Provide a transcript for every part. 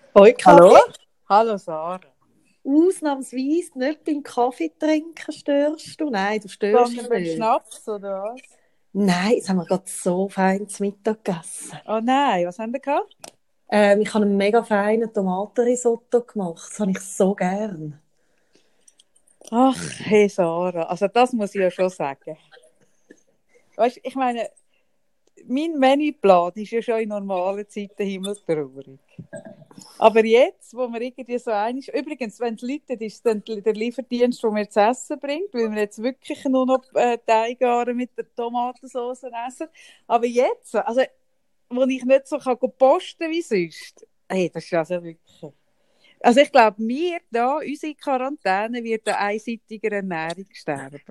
Hoi Hallo? Kaffee. Hallo Sarah. Ausnahmsweise nicht beim Kaffee trinken störst du. Nein, du störst Sondern beim nicht. Schnaps, oder was? Nein, jetzt haben wir gerade so fein zu Mittag gegessen. Oh nein, was haben wir gehabt? Ich habe einen mega feinen Tomatenrisotto gemacht. Das habe ich so gern. Ach, hey Sarah, also das muss ich ja schon sagen. Weißt du, ich meine, mein Menüplan ist ja schon in normalen Zeiten himmeltraurig. Aber jetzt, wo wir irgendwie so einig... Übrigens, wenn es läutet, ist es dann der Lieferdienst, der mir zu essen bringt, weil wir jetzt wirklich nur noch Teigwaren mit der Tomatensauce essen. Aber jetzt, also, wo ich nicht so kann posten wie sonst, hey, das ist also wirklich... Also ich glaube, unsere Quarantäne wird an einseitiger Ernährung sterben.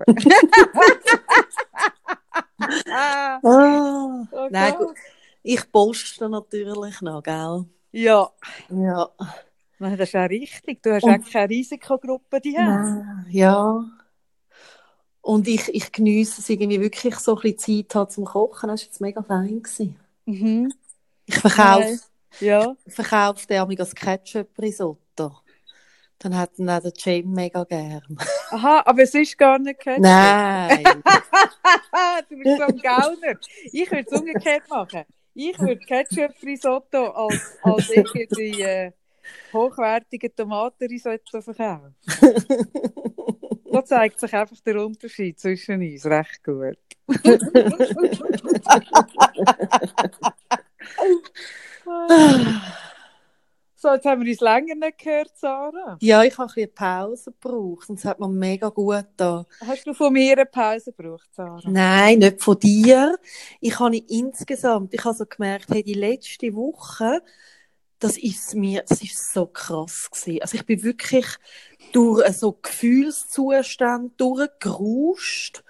Ah, Oh nein, gut. Gott. Ich poste natürlich noch, gell? Ja, Ja. nein, das ist auch richtig. Du hast auch Und, keine Risikogruppe daheim. nein, ja. Und ich geniesse es irgendwie wirklich so ein bisschen Zeit zum Kochen. Das war jetzt mega fein gewesen. Mhm. Ich verkaufe Nein. Ja. den amigs Ketchup-Risotto. Dann hat ihn auch der Jamie mega gern. Aha, aber es ist gar nicht Ketchup. Nein. Du bist so ein Gauner. Ich würde es umgekehrt machen. Ich würde Ketchup-Risotto als irgendwie hochwertige Tomatenrisotto verkaufen. Da zeigt sich einfach der Unterschied zwischen uns recht gut. So, jetzt haben wir uns länger nicht gehört, Sarah. Ja, ich habe ein bisschen Pause gebraucht und es hat mir mega gut getan. Hast du von mir eine Pause gebraucht, Sarah? Nein, nicht von dir. Ich habe insgesamt, ich habe so gemerkt, hey, die letzte Woche, das ist so krass gewesen. Also ich bin wirklich durch so Gefühlszustand durchgerauscht,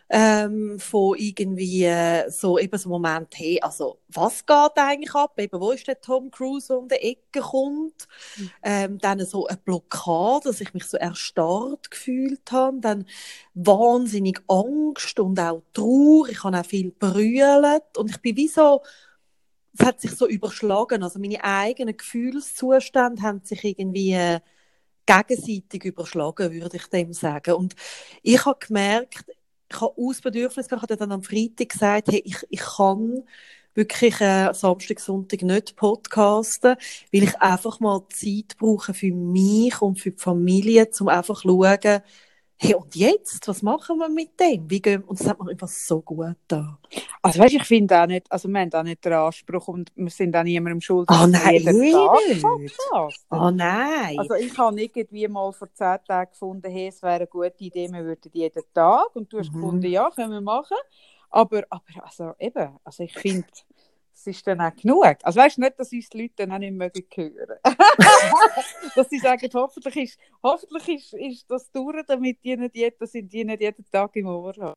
von irgendwie so eben so Moment, hey, also was geht eigentlich ab? Eben, wo ist der Tom Cruise, der um die Ecke kommt? Dann so eine Blockade, dass ich mich so erstarrt gefühlt habe. Dann wahnsinnig Angst und auch Trauer. Ich habe auch viel brüllt und ich bin wie so, es hat sich so überschlagen. Also meine eigenen Gefühlszustände haben sich irgendwie gegenseitig überschlagen, würde ich dem sagen. Und ich habe gemerkt, ich habe Bedürfnis gehabt, ich habe dann am Freitag gesagt, hey, ich kann wirklich Samstag, Sonntag nicht podcasten, weil ich einfach mal Zeit brauche für mich und für die Familie, um einfach zu schauen, hey, und jetzt, was machen wir mit dem? Und das hat mir einfach so gut da. Also weißt, ich finde auch nicht, also wir haben auch nicht den Anspruch und wir sind auch niemandem schuldig, Ah, dass wir nein, jeden Tag nicht. podcasten. Ah, nein. Also ich habe irgendwie mal vor 10 Tagen gefunden, hey, es wäre eine gute Idee, wir würden jeden Tag. Und du hast gefunden, ja, können wir machen. Aber also eben, also ich finde, es ist dann auch genug. Also weißt du nicht, dass uns die Leute dann auch nicht mögen hören. Dass sie sagen, hoffentlich ist das durch, damit die nicht jeden Tag im Ohr haben.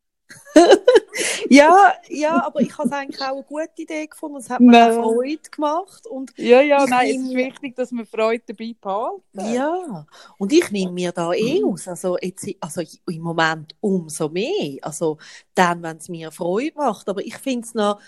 Ja, aber ich habe es eigentlich auch eine gute Idee gefunden. Es hat mir auch Freude gemacht. Und Nein, es ist wichtig, dass wir Freude dabei behalten. Ja, und ich nehme mir da aus. Also, also im Moment umso mehr. Also dann, wenn es mir Freude macht. Aber ich finde es noch,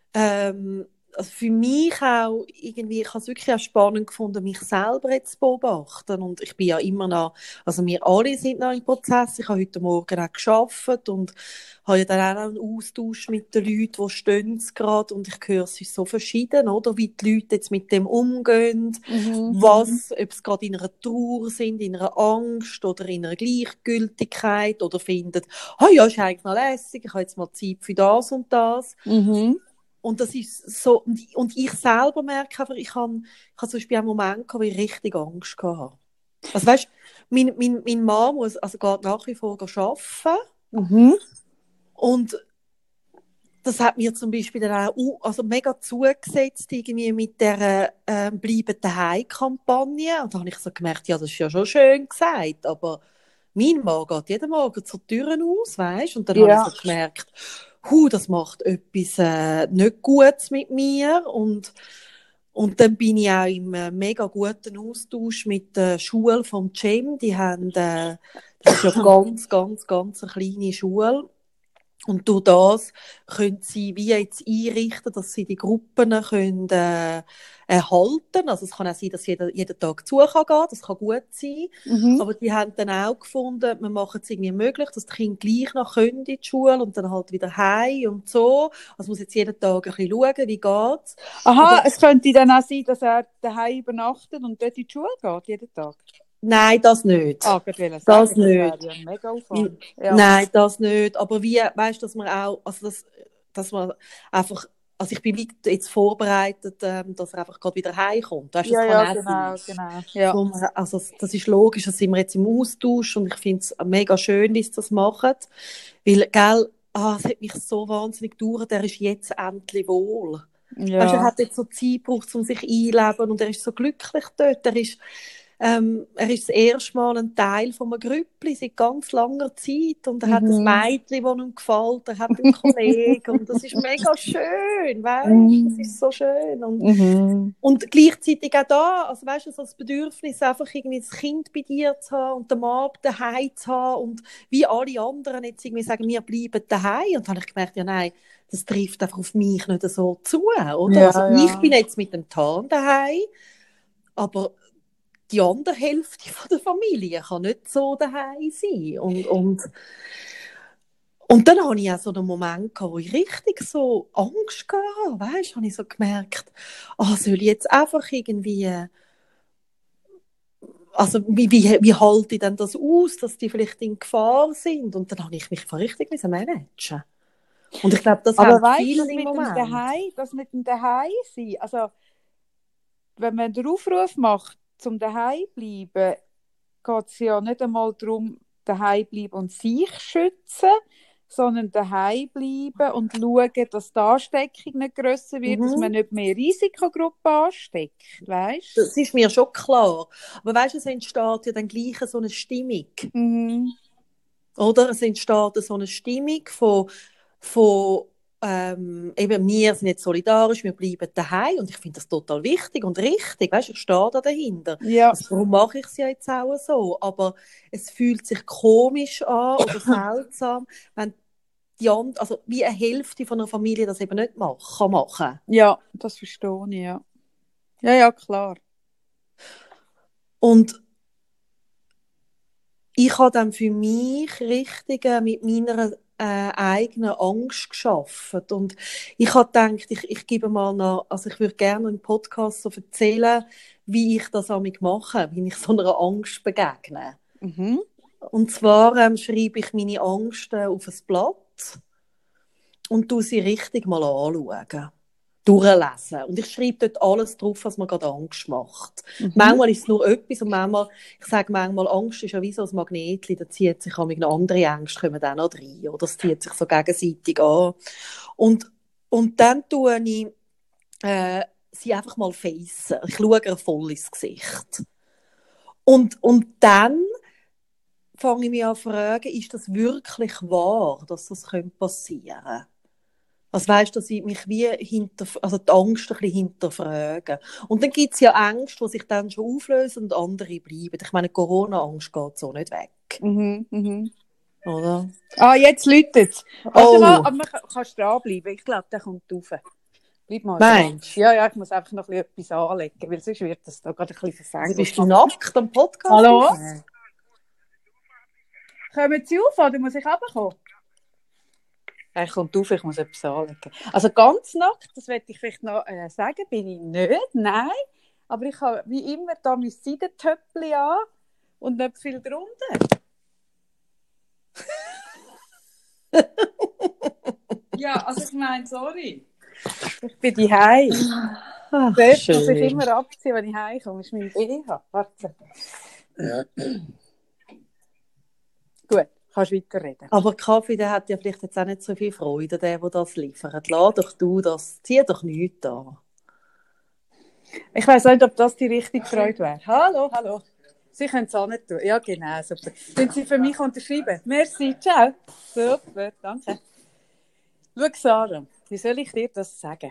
also für mich auch irgendwie, ich habe es wirklich auch spannend gefunden, mich selber jetzt zu beobachten. Und ich bin ja immer noch, also wir alle sind noch im Prozess. Ich habe heute Morgen auch gearbeitet und habe ja dann auch noch einen Austausch mit den Leuten, die stehen gerade. Und ich höre, es ist so verschieden, oder? Wie die Leute jetzt mit dem umgehen. Ob es gerade in einer Trauer sind, in einer Angst oder in einer Gleichgültigkeit oder finden, ja, ist eigentlich noch lässig, ich habe jetzt mal Zeit für das und das. Und das ist so, und ich selber merke einfach, ich habe zum Beispiel einen Moment gehabt, wo ich richtig Angst hatte. Also weißt, mein Mann geht nach wie vor arbeiten. Und das hat mir zum Beispiel dann auch also mega zugesetzt, irgendwie mit der «Bleiben daheim»-Kampagne. Und da habe ich so gemerkt, ja, das ist ja schon schön gesagt, aber mein Mann geht jeden Morgen zur Türen aus, weißt? Und dann habe ich so gemerkt, das macht etwas nicht Gutes mit mir. Und dann bin ich auch im mega guten Austausch mit der Schule von Cem. Die haben, das ist ja ganz, ganz, ganz eine kleine Schule. Und durch das können sie wie jetzt einrichten, dass sie die Gruppen können, erhalten. Also es kann auch sein, dass jeden Tag zu kann gehen, das kann gut sein. Mhm. Aber die haben dann auch gefunden, wir machen es irgendwie möglich, dass die Kinder gleich noch können in die Schule und dann halt wieder heim und so. Also muss jetzt jeden Tag ein bisschen schauen, wie geht's. Aha, Aber es könnte dann auch sein, dass er daheim übernachtet und dort in die Schule geht, jeden Tag. nein, das nicht. Ah, ich wollte sagen, Das das wäre nicht. ja ein mega Aufwand. Ja. Nein, das nicht. Aber wie, weißt du, dass man auch, also dass man einfach, also ich bin wie jetzt vorbereitet, dass er einfach gerade wieder heimkommt. Weißt du, das Ja, kann ja, auch sein. genau. Ja. So, also das ist logisch, da sind wir jetzt im Austausch und ich finde es mega schön, wie sie das machen. Weil, gell, es hat mich so wahnsinnig gedauert, er ist jetzt endlich wohl. Weißt du, er Ja. hat jetzt so Zeit gebraucht, um sich einzuleben und er ist so glücklich dort. Er ist das erste Mal ein Teil von einem Grüppli seit ganz langer Zeit und er hat ein Mhm. Mädchen, das ihm gefällt, er hat einen Kollegen und das ist mega schön, weißt du, das ist so schön Mhm. und gleichzeitig auch da, also weißt du, so das Bedürfnis, einfach irgendwie das Kind bei dir zu haben und den Mann daheim zu haben und wie alle anderen jetzt irgendwie sagen, wir bleiben daheim und dann habe ich gemerkt, ja nein, das trifft einfach auf mich nicht so zu, oder? Ja, Also ich ja. bin jetzt mit dem Tan daheim, aber die andere Hälfte von der Familie kann nicht so daheim sein. Und dann hatte ich auch so einen Moment, wo ich richtig so Angst hatte, weißt du, habe ich so gemerkt, soll ich jetzt einfach irgendwie, also wie halte ich denn das aus, dass die vielleicht in Gefahr sind? Und dann habe ich mich richtig managen. Und ich glaube, das Aber haben weißt du, viele im Moment. Das mit dem Daheim sein, also wenn man den Aufruf macht, zum Daheim bleiben, geht es ja nicht einmal darum, daheim bleiben und sich schützen, sondern daheim bleiben und schauen, dass die Ansteckung nicht grösser wird, dass man Mhm. nicht mehr Risikogruppen ansteckt, weißt Das ist mir schon klar. Aber weißt du, es entsteht ja dann gleich so eine Stimmung. du? Mhm. Oder? Es entsteht so eine Stimmung von eben, wir sind jetzt solidarisch, wir bleiben daheim und ich finde das total wichtig und richtig, weißt, ich stehe da dahinter. Ja. Also, warum mache ich es ja jetzt auch so? Aber es fühlt sich komisch an oder seltsam, wenn also wie eine Hälfte von einer Familie das eben nicht kann machen. Ja, das verstehe ich, ja. Ja, ja, klar. Und ich habe dann für mich richtig mit meiner eigenen Angst geschaffen. Und ich habe gedacht, ich gebe mal noch, also ich würde gerne einen Podcast so erzählen, wie ich das damit mache, wie ich so einer Angst begegne. Mhm. Und zwar schreibe ich meine Angst auf ein Blatt und tue sie richtig mal anschauen. Durchlesen. Und ich schreibe dort alles drauf, was mir gerade Angst macht. Mhm. Manchmal ist es nur etwas und manchmal, ich sage manchmal, Angst ist ja wie so ein Magnetchen, da zieht sich auch noch andere Ängste kommen dann noch rein, oder es zieht sich so gegenseitig an. Und dann tue ich sie einfach mal facen. Ich schaue ihr voll ins Gesicht. Und dann fange ich mich an zu fragen, ist das wirklich wahr, dass das passieren könnte? Also weißt, dass ich mich wie also die Angst ein bisschen hinterfrage. Und dann gibt es ja Ängste, die sich dann schon auflösen und andere bleiben. Ich meine, Corona-Angst geht so nicht weg. Mhm. Mhm. Oder? Ah, jetzt läutet es. Warte mal, aber man kannst dranbleiben. Ich glaube, der kommt rauf. Bleib mal dran. Meinst Ja, ja, ich muss einfach noch etwas anlegen, weil sonst wird das da gerade ein bisschen du? verfänglich. Bist du nackt am Podcast? Hallo? aufnehmen? Kommen Sie auf, oder muss ich runterkommen? Er kommt auf, ich muss etwas anlegen. Also ganz nackt, das werde ich vielleicht noch sagen, bin ich nicht, nein. Aber ich habe wie immer da mein Seidentöppli an und nicht viel drunter. Ja, also ich meine, sorry. Ich bin daheim. Ach, Das muss ich schön. immer abziehen, wenn ich heimkomme. Das ist mein BH. Warte. Gut, kannst weiterreden. Aber Kaffee, der hat ja vielleicht jetzt auch nicht so viel Freude, der das liefert. Lass doch du das, zieh doch nichts an. Ich weiss nicht, ob das die richtige Freude wäre. Hallo, hallo. Sie können es auch nicht tun. Ja, genau, super. Können Sie für mich unterschreiben? Merci, ciao. Super, danke. Schau, Sarah, wie soll ich dir das sagen?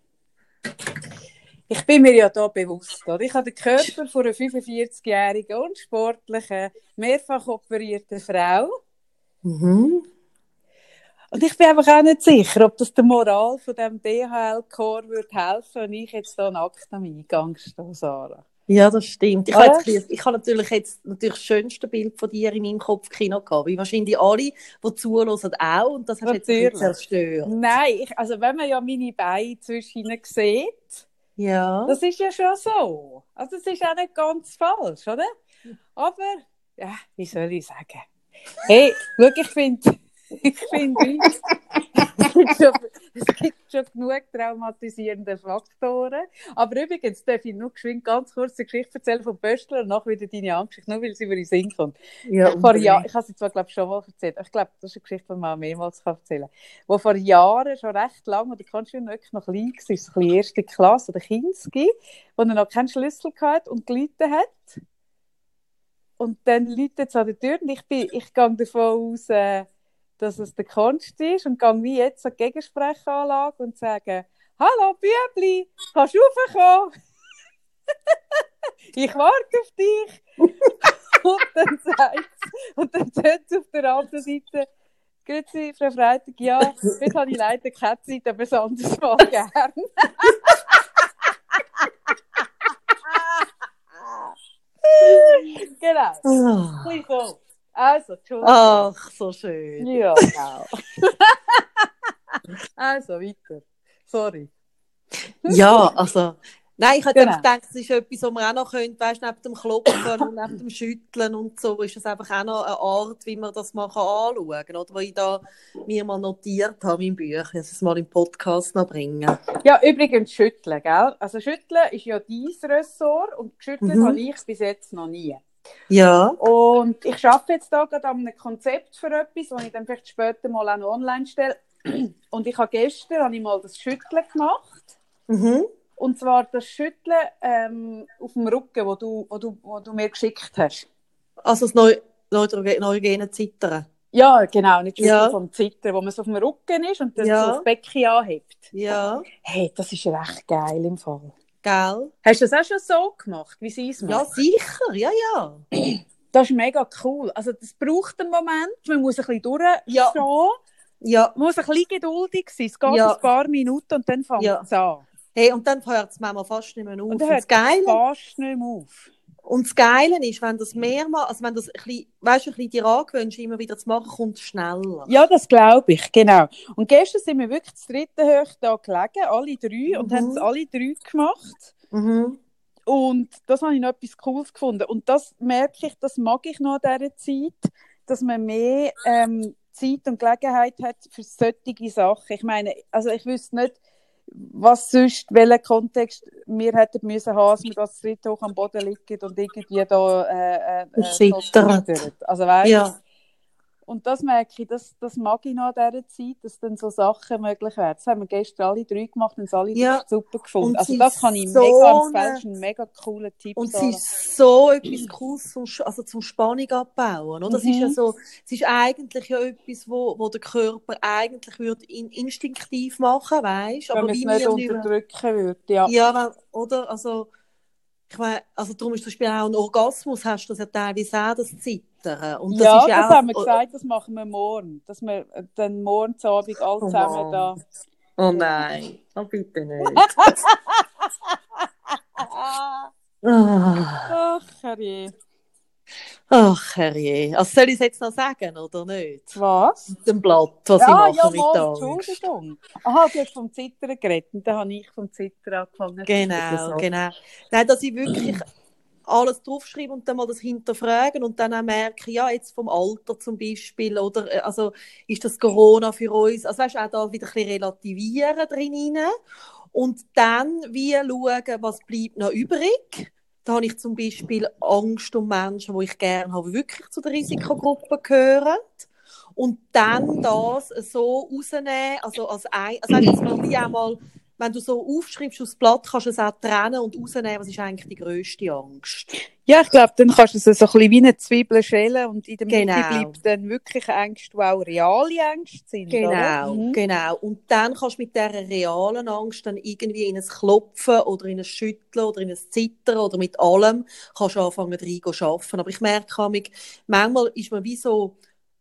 Ich bin mir ja da bewusst, oder? Ich habe den Körper von einer 45-jährigen, unsportlichen, mehrfach operierten Frau. Mhm. Und ich bin einfach auch nicht sicher, ob das der Moral von dem DHL-Chor würde helfen, wenn ich jetzt hier nackt am Eingang stehe, Sarah. Ja, das stimmt. Ich Oder? habe natürlich jetzt das schönste Bild von dir in meinem Kopfkino gehabt. Wie wahrscheinlich alle, die zuhören, auch. Und das hast du jetzt ein bisschen zerstört. Nein, also wenn man ja meine Beine zwischen ihnen sieht, ja. Das ist ja schon so. Also das ist auch nicht ganz falsch, oder? Aber, ja, wie soll ich sagen? Hey, schau, ich finde, es gibt schon genug traumatisierende Faktoren. Aber übrigens darf ich nur geschwind ganz kurz eine Geschichte erzählen vom Böstler und nachher wieder deine Angstgeschichte, nur weil sie über den Sinn kommt. Ja, Ich habe sie zwar, glaube ich, schon mal erzählt. Ich glaube, das ist eine Geschichte, die man auch mehrmals erzählen kann. Wo vor Jahren, schon recht lang, oder kannst du wirklich noch klein gewesen, so ein bisschen erste Klasse oder Kinski, wo er noch keinen Schlüssel hatte und geläutet hat. Und dann läutet es an der Tür und ich gehe davon aus, dass es der Konst ist und gehe wie jetzt an die Gegensprechanlage und sage, «Hallo Bübli, kannst du raufkommen? Ich warte auf dich.» Und dann sagt es auf der anderen Seite, «Grüezi, Frau Freitag, ja, heute habe ich leider keine Zeit, aber sonst mal gern.» Genau. So. Also, Entschuldigung. Ach, so schön. Ja, genau. Also, weiter. Sorry. Ja, also... Nein, ich hätte Genau. gedacht, es ist etwas, was man auch noch könnte, weißt, neben dem Klopfen und neben dem Schütteln und so, ist das einfach auch noch eine Art, wie man das mal anschauen kann, oder? Was ich da mir mal notiert habe in meinem Buch, dass ich es mal im Podcast noch bringen. Ja, übrigens Schütteln, gell? Also Schütteln ist ja dein Ressort und geschüttelt habe ich bis jetzt noch nie. Ja. Und ich arbeite jetzt da gerade an einem Konzept für etwas, das ich dann vielleicht später mal auch noch online stelle. Und ich habe gestern mal das Schütteln gemacht. Mhm. Und zwar das Schütteln auf dem Rücken, wo du mir geschickt hast. Also das neurogene Zittern. Ja, genau, nicht Schütteln vom Zittern, wo man so auf dem Rücken ist und dann so das Becken anhebt. Ja. Hey, das ist recht geil im Fall. Gell? Hast du das auch schon so gemacht, wie sie es macht? Ja, sicher, ja. Das ist mega cool. Also das braucht einen Moment, man muss ein bisschen durchstehen. Ja. Man muss ein bisschen geduldig sein, es geht ein paar Minuten und dann fängt es an. Hey, und dann hört es manchmal fast nicht mehr auf. Und dann hört es fast nicht mehr auf. Und das Geile ist, wenn das mehrmals, also wenn das ein bisschen dir angewöhnst, immer wieder zu machen, kommt es schneller. Ja, das glaube ich, genau. Und gestern sind wir wirklich das dritte Hoch da gelegen, alle drei, und haben es alle drei gemacht. Mhm. Und das habe ich noch etwas Cooles gefunden. Und das merke ich, das mag ich noch an dieser Zeit, dass man mehr Zeit und Gelegenheit hat für solche Sachen. Ich meine, also ich wüsste nicht, was sonst, welchen Kontext wir hätten müssen haben, dass wir das dritt hoch am Boden liegen und irgendwie da zittern. Also weißt ja. Und das merke ich, das mag ich noch an dieser Zeit, dass dann so Sachen möglich werden. Das haben wir gestern alle drei gemacht und es alle super gefunden. Also das kann ich mega empfehlen, das ist ein mega cooler Tipp. Und es ist so etwas Cooles zum Spannung abbauen. Oder? Das ist ja so, es ist eigentlich ja etwas, wo der Körper eigentlich würde instinktiv machen, weißt? Aber wie man es nicht unterdrücken würde, ja. Ja, oder? Also, ich meine, also darum ist zum Beispiel auch ein Orgasmus, hast du das ja teilweise auch, das Zittern. Und das ja, ist das auch, haben wir gesagt, das machen wir morgen. Dass wir dann morgen zu Abend alle zusammen da... Oh nein, oh bitte nicht. Ach, herrje. Ach, herrje. Also soll ich es jetzt noch sagen, oder nicht? Was? Dem Blatt, was ich mache mit Angst. Entschuldigung. Aha, du hast vom Zittern geredet und dann habe ich vom Zittern angefangen. Genau. Nein, dass ich wirklich alles draufschreibe und dann mal das hinterfragen und dann auch merke, ja, jetzt vom Alter zum Beispiel, oder, also, ist das Corona für uns, also weißt du, auch da wieder ein bisschen relativieren drin und dann wie schauen, was bleibt noch übrig. Da habe ich zum Beispiel Angst um Menschen, die ich gerne habe, die wirklich zu der Risikogruppe gehören. Und dann das so rausnehmen, also jetzt mal wie einmal, wenn du so aufschreibst aufs Blatt, kannst du es auch trennen und rausnehmen, was ist eigentlich die grösste Angst? Ja, ich glaube, dann kannst du es so ein bisschen wie eine Zwiebel schälen und in der Mitte bleibt dann wirklich Ängste, die auch reale Ängste sind, Genau. Und dann kannst du mit dieser realen Angst dann irgendwie in ein Klopfen oder in ein Schütteln oder in ein Zittern oder mit allem kannst du anfangen, rein zu arbeiten. Aber ich merke, manchmal ist man wie so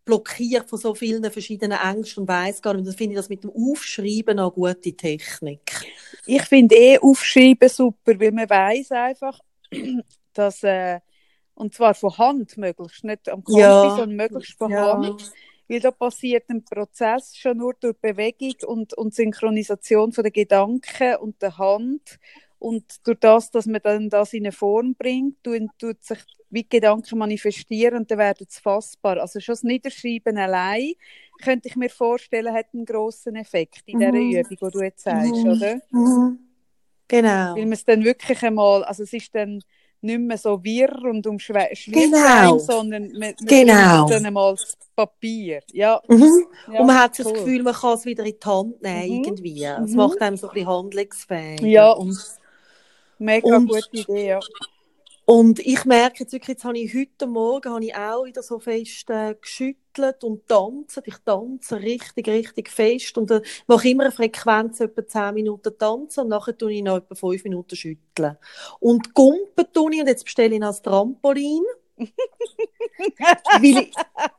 blockiert von so vielen verschiedenen Ängsten und weiss gar nicht. Und dann finde ich das mit dem Aufschreiben eine gute Technik. Ich finde Aufschreiben super, weil man weiss einfach, dass, und zwar von Hand möglichst, nicht am Computer, sondern möglichst von Hand. Weil da passiert ein Prozess schon nur durch Bewegung und Synchronisation von den Gedanken und der Hand. Und durch das, dass man dann das in eine Form bringt, tut sich wie die Gedanken manifestieren und dann werden sie fassbar. Also schon das Niederschreiben allein, könnte ich mir vorstellen, hat einen grossen Effekt in dieser Übung, die du jetzt sagst, oder? Genau. Weil man es dann wirklich einmal, also es ist dann nicht mehr so wirr und umschwirrt, sondern man bringt dann einmal das Papier. Ja. Ja, und man hat das Gefühl, man kann es wieder in die Hand nehmen, irgendwie. Es macht einem so ein bisschen handlungsfähig. Ja, mega gute Idee, ja. Und ich merke jetzt wirklich, heute Morgen habe ich auch wieder so fest geschüttelt und tanzen. Ich tanze richtig, richtig fest und mache immer eine Frequenz, etwa 10 Minuten tanzen und nachher tue ich noch etwa 5 Minuten schütteln. Und Gumpen tue ich, und jetzt bestelle ich noch ein Trampolin. Ein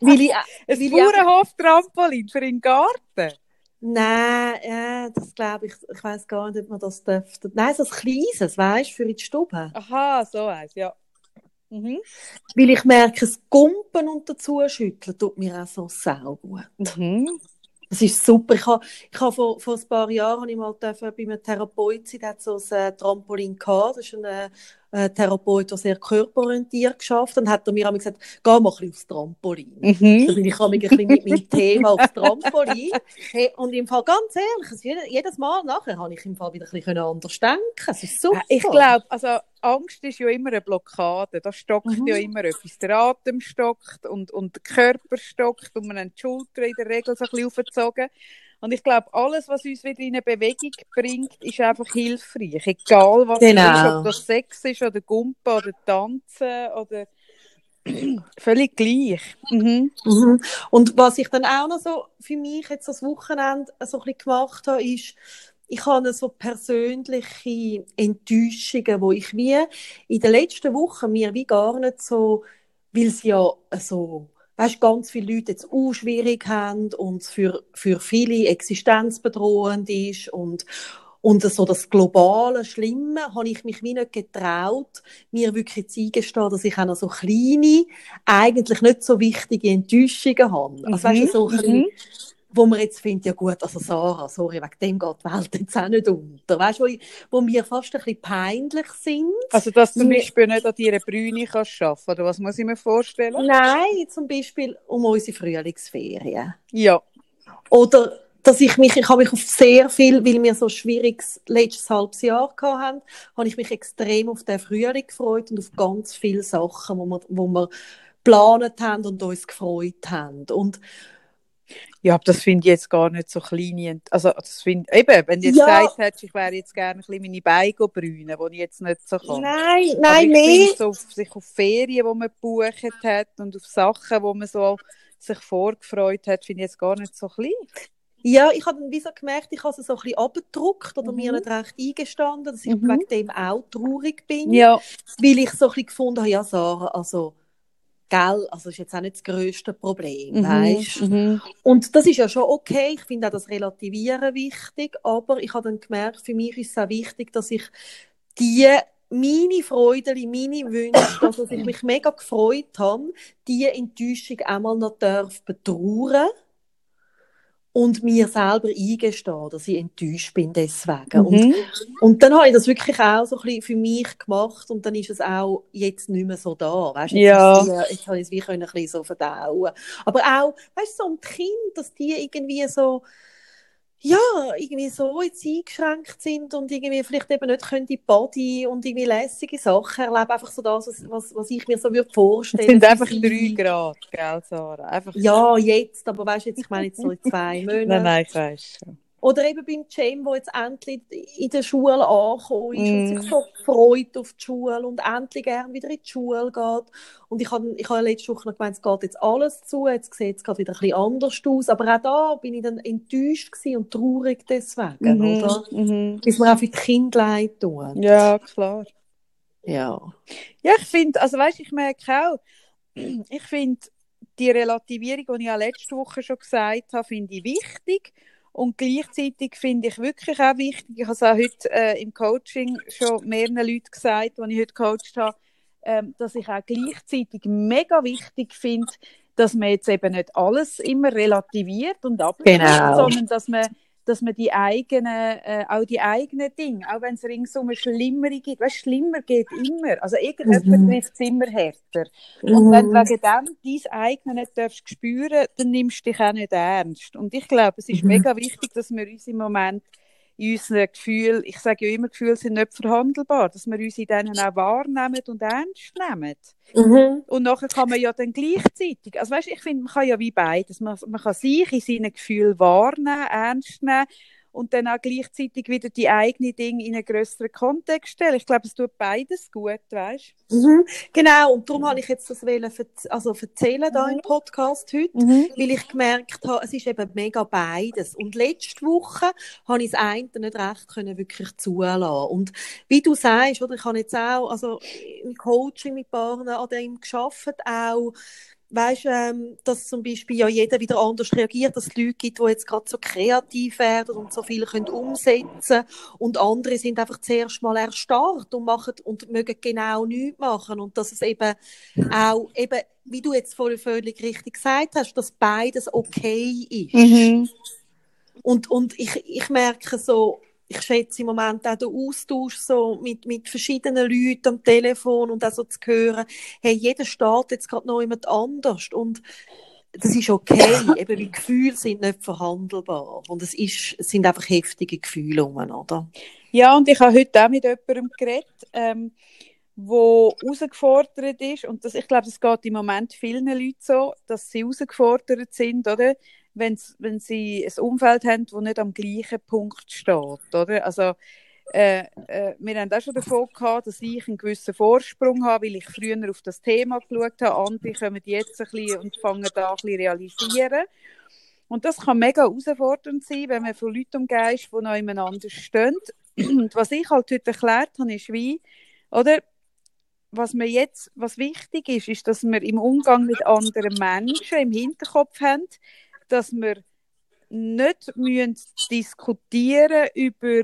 Bauernhof-Trampolin für den Garten? Nein, das glaube ich, ich weiss gar nicht, ob man das dürfte. Nein, so ein kleines, weisst du, für in die Stube. Aha, so eins, ja. Weil ich merke, das Gumpen und dazu schütteln tut mir auch so saugut. Das ist super. Ich habe vor ein paar Jahren ich mal bei einem Therapeut sein, der hat so ein Trampolin gehabt. Das ist ein Therapeut, der sehr körperorientiert geschafft hat. Und hat er mir gesagt, geh mal ein bisschen aufs Trampolin. Da bin ich ein bisschen mit meinem Thema aufs Trampolin. Hey, und im Fall, ganz ehrlich, jedes Mal nachher habe ich im Fall wieder ein bisschen anders denken. Das ist super. Ich glaube, also Angst ist ja immer eine Blockade. Da stockt ja immer etwas. Der Atem stockt und der Körper stockt und man hat die Schulter in der Regel so ein bisschen aufgezogen. Und ich glaube, alles, was uns wieder in eine Bewegung bringt, ist einfach hilfreich. Egal, was es ist, ob das Sex ist oder Gumpen oder Tanzen oder völlig gleich. Und was ich dann auch noch so für mich jetzt das Wochenende so ein bisschen gemacht habe, ist, ich habe so persönliche Enttäuschungen, wo ich wie in den letzten Wochen mir wie gar nicht so, weil es ja so, weißt, ganz viele Leute jetzt auch schwierig haben und es für viele existenzbedrohend ist und so das globale Schlimme, habe ich mich wie nicht getraut, mir wirklich zu eingestehen, dass ich auch noch so kleine, eigentlich nicht so wichtige Enttäuschungen habe. Also weißt du, so ein bisschen, wo man jetzt findet, ja gut, also Sarah, sorry, wegen dem geht die Welt jetzt auch nicht unter. Weißt du, wo mir fast ein bisschen peinlich sind. Also, dass du zum Beispiel nicht an deiner Brüne kannst arbeiten, oder was muss ich mir vorstellen? Nein, zum Beispiel um unsere Frühlingsferien. Ja. Oder, dass ich habe mich auf sehr viel, weil wir so ein schwieriges letztes halbes Jahr hatten, habe ich mich extrem auf den Frühling gefreut und auf ganz viele Sachen, wo wir geplant haben und uns gefreut haben. Und ja, aber das finde ich jetzt gar nicht so klein. Also, das finde eben, wenn du jetzt gesagt hättest, ich wäre jetzt gerne ein bisschen meine Beine brünen, die ich jetzt nicht so kann. Nein, mehr. So sich auf Ferien, die man gebucht hat und auf Sachen, wo man so sich vorgefreut hat, finde ich jetzt gar nicht so klein. Ja, ich habe dann wie so gemerkt, ich habe es so ein bisschen abgedruckt oder mir nicht recht eingestanden, dass ich wegen dem auch traurig bin. Ja. Weil ich so ein bisschen gefunden habe, ja Sarah, also gell, also ist jetzt auch nicht das grösste Problem, weisst? Und das ist ja schon okay, ich finde auch das Relativieren wichtig, aber ich habe dann gemerkt, für mich ist es auch wichtig, dass ich meine Freude, meine Wünsche, dass ich mich mega gefreut habe, die Enttäuschung einmal noch betrauern und mir selber eingestehen, dass ich enttäuscht bin deswegen. Und dann habe ich das wirklich auch so ein bisschen für mich gemacht und dann ist es auch jetzt nicht mehr so da. Weißt, jetzt habe ich es wie ein bisschen so verdauen. Aber auch, weißt du, so um die Kinder, dass die irgendwie so, ja, irgendwie so jetzt eingeschränkt sind und irgendwie vielleicht eben nicht können die Body und irgendwie lässige Sachen erleben, einfach so das, was ich mir so würde vorstellen. Es sind einfach 3 Grad, gell, Sarah? Einfach ja, jetzt, aber weißt du, ich meine jetzt so in 2 Monaten. Nein, ich weiss schon. Oder eben beim Cem, der jetzt endlich in der Schule angekommen ist und sich so freut auf die Schule und endlich gerne wieder in die Schule geht. Und ich habe letzte Woche noch gemeint, es geht jetzt alles zu, jetzt sieht es gerade wieder ein bisschen anders aus. Aber auch da bin ich dann enttäuscht gewesen und traurig deswegen, oder? Bis wir auch für die Kinder leid tun. Ja, klar. Ja. Ja, ich finde, also weißt, ich merke auch, ich finde, die Relativierung, die ich ja letzte Woche schon gesagt habe, finde ich wichtig. Und gleichzeitig finde ich wirklich auch wichtig, ich habe es auch heute im Coaching schon mehreren Leuten gesagt, die ich heute gecoacht habe, dass ich auch gleichzeitig mega wichtig finde, dass man jetzt eben nicht alles immer relativiert und abschließt, sondern dass man die eigenen, auch die eigenen Dinge, auch wenn es ringsum eine Schlimmere gibt, weißt, schlimmer geht immer, also irgendjemand trifft es immer härter. Und wenn du wegen dem dein eigenes nicht darfst spüren, dann nimmst du dich auch nicht ernst. Und ich glaube, es ist mega wichtig, dass wir uns im Moment in unseren Gefühlen, ich sage ja immer, Gefühle sind nicht verhandelbar, dass wir uns in denen auch wahrnehmen und ernst nehmen. Und nachher kann man ja dann gleichzeitig, also weißt, ich finde, man kann ja wie beides, man kann sich in seinen Gefühlen wahrnehmen, ernst nehmen und dann auch gleichzeitig wieder die eigenen Dinge in einen grösseren Kontext stellen. Ich glaube, es tut beides gut, weißt du? Genau, und darum habe ich jetzt das erzählen da im Podcast heute, weil ich gemerkt habe, es ist eben mega beides. Und letzte Woche habe ich das eine nicht recht wirklich zulassen. Und wie du sagst, oder, ich habe jetzt auch im Coaching mit Partnern an dem gearbeitet, auch weißt, dass zum Beispiel ja jeder wieder anders reagiert, dass es Leute gibt, die jetzt gerade so kreativ werden und so viel können umsetzen und andere sind einfach zuerst mal erstarrt und machen und mögen genau nichts machen und dass es eben auch, wie du jetzt vorhin völlig richtig gesagt hast, dass beides okay ist. Und ich merke so, ich schätze im Moment auch den Austausch so mit verschiedenen Leuten am Telefon und auch so zu hören, hey, jeder steht jetzt gerade noch jemand anders und das ist okay, eben weil Gefühle sind nicht verhandelbar und es sind einfach heftige Gefühle, oder? Ja, und ich habe heute auch mit jemandem geredet, wo herausgefordert ist und ich glaube, das geht im Moment vielen Leuten so, dass sie herausgefordert sind, oder? Wenn sie ein Umfeld haben, das nicht am gleichen Punkt steht, oder? Also, wir haben auch schon davon gehabt, dass ich einen gewissen Vorsprung habe, weil ich früher auf das Thema geschaut habe. Andere kommen jetzt ein bisschen und fangen da ein bisschen realisieren. Und das kann mega herausfordernd sein, wenn man von Leuten umgeht, die noch nebeneinander stehen. Und was ich halt heute erklärt habe, ist wie, oder? Was wichtig ist, dass wir im Umgang mit anderen Menschen im Hinterkopf haben, dass wir nicht diskutieren über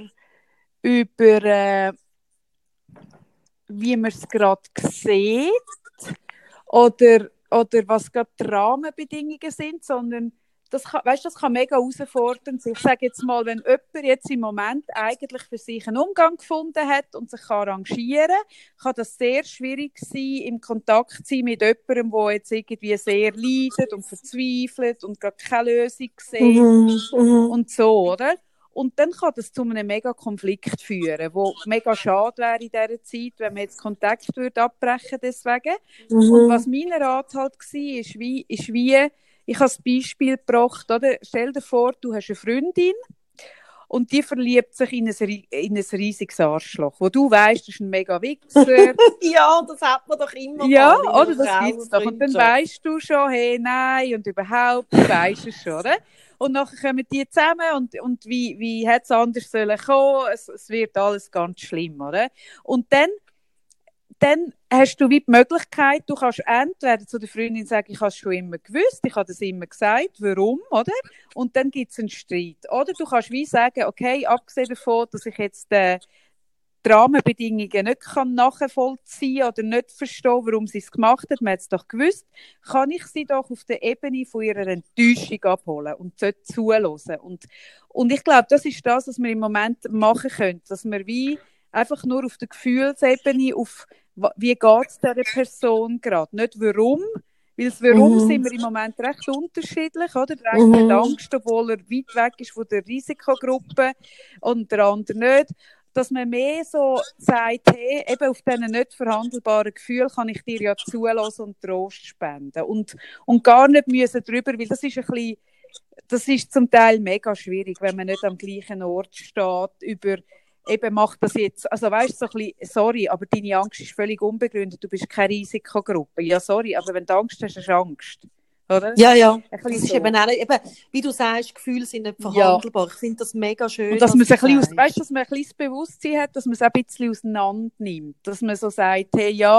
wie man es gerade sieht oder was gerade die Rahmenbedingungen sind, sondern das kann mega herausfordernd sein. Ich sage jetzt mal, wenn jemand jetzt im Moment eigentlich für sich einen Umgang gefunden hat und sich arrangieren kann das sehr schwierig sein, im Kontakt zu sein mit jemandem, der jetzt irgendwie sehr leidet und verzweifelt und gerade keine Lösung sieht und so, oder? Und dann kann das zu einem mega Konflikt führen, wo mega schade wäre in dieser Zeit, wenn man jetzt Kontakt abbrechen deswegen. Und was mein Rat halt war, ist wie ich habe das Beispiel gebracht, oder? Stell dir vor, du hast eine Freundin und die verliebt sich in ein riesiges Arschloch, wo du weißt, das ist ein mega Wichser. Ja, das hat man doch immer ja, mal. Oder? Das gibt's doch. Und dann weißt du schon, hey, nein, und überhaupt, du weißt es schon, oder? Und nachher kommen die zusammen und wie hätte es anders sollen kommen? Es wird alles ganz schlimm, oder? Und dann hast du wie die Möglichkeit, du kannst entweder zu der Freundin sagen, ich habe es schon immer gewusst, ich habe das immer gesagt, warum, oder? Und dann gibt es einen Streit. Oder du kannst wie sagen, okay, abgesehen davon, dass ich jetzt die Rahmenbedingungen nicht nachvollziehen kann oder nicht verstehen, warum sie es gemacht hat, man hat es doch gewusst, kann ich sie doch auf der Ebene von ihrer Enttäuschung abholen und sollte zuhören. Und ich glaube, das ist das, was wir im Moment machen können, dass wir wie einfach nur auf der Gefühlsebene, wie geht es dieser Person gerade, nicht warum, weil das Warum sind wir im Moment recht unterschiedlich, oder? Der eine hat Angst, obwohl er weit weg ist von der Risikogruppe und der andere nicht. Dass man mehr so sagt, hey, eben auf diesen nicht verhandelbaren Gefühlen kann ich dir ja zulassen und Trost spenden. Und gar nicht müssen drüber, weil das ist zum Teil mega schwierig, wenn man nicht am gleichen Ort steht, eben macht das jetzt, also weißt du, so ein bisschen, sorry, aber deine Angst ist völlig unbegründet, du bist keine Risikogruppe. Ja, sorry, aber wenn du Angst hast, hast du Angst. Oder? Ja. Das ist eben auch nicht, eben, wie du sagst, Gefühle sind nicht verhandelbar. Ja. Ich finde das mega schön. Und dass man sich ein bisschen, dass man ein bisschen das Bewusstsein hat, dass man es ein bisschen auseinander nimmt. Dass man so sagt, hey, ja,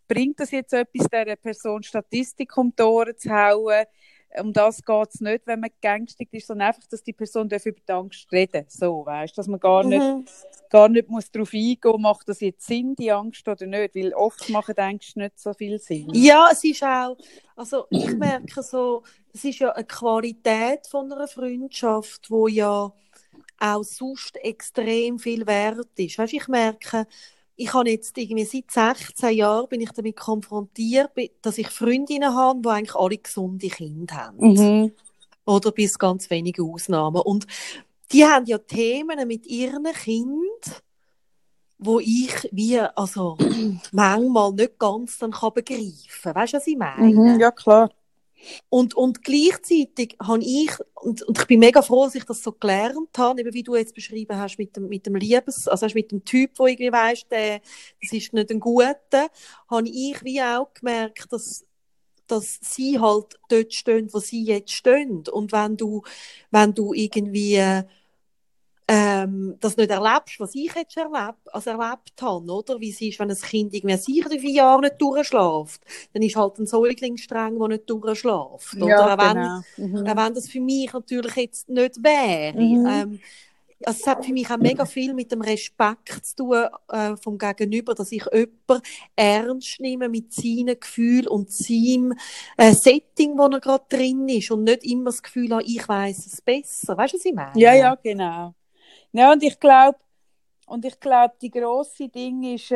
bringt das jetzt etwas, dieser Person Statistik um die Ohren zu hauen? Um das geht es nicht, wenn man geängstigt ist, sondern einfach, dass die Person über die Angst reden darf. So, weißt, dass man gar nicht muss darauf eingehen muss, macht das jetzt Sinn, die Angst oder nicht, weil oft machen die Ängste nicht so viel Sinn. Ja, es ist auch, also ich merke so, es ist ja eine Qualität von einer Freundschaft, wo ja auch sonst extrem viel wert ist. Weißt, ich merke, ich habe jetzt irgendwie seit 16 Jahren bin ich damit konfrontiert, dass ich Freundinnen habe, die eigentlich alle gesunde Kinder haben. Mhm. Oder bis ganz wenige Ausnahmen. Und die haben ja Themen mit ihren Kindern, wo ich also manchmal nicht ganz dann begreifen kann. Weißt du, was ich meine? Mhm, ja, klar. Und gleichzeitig habe ich, und ich bin mega froh, dass ich das so gelernt habe, eben wie du jetzt beschrieben hast, mit dem also mit dem Typ, wo irgendwie weisst, das ist nicht ein Guter, habe ich wie auch gemerkt, dass sie halt dort stehen, wo sie jetzt stehen. Und wenn du irgendwie das nicht erlebst, was ich jetzt erlebt habe, oder? Wie es ist, wenn ein Kind irgendwie sicher 4 Jahre nicht durchschläft, dann ist halt ein Säugling streng, der nicht durchschläft, oder? Ja, Auch genau. wenn das für mich natürlich jetzt nicht wäre. Also es hat für mich auch mega viel mit dem Respekt zu tun vom Gegenüber, dass ich jemanden ernst nehme mit seinen Gefühlen und seinem Setting, wo er gerade drin ist und nicht immer das Gefühl habe, ich weiss es besser. Weißt du, was ich meine? Ja, genau. Ja, und ich glaube, die grosse Ding ist,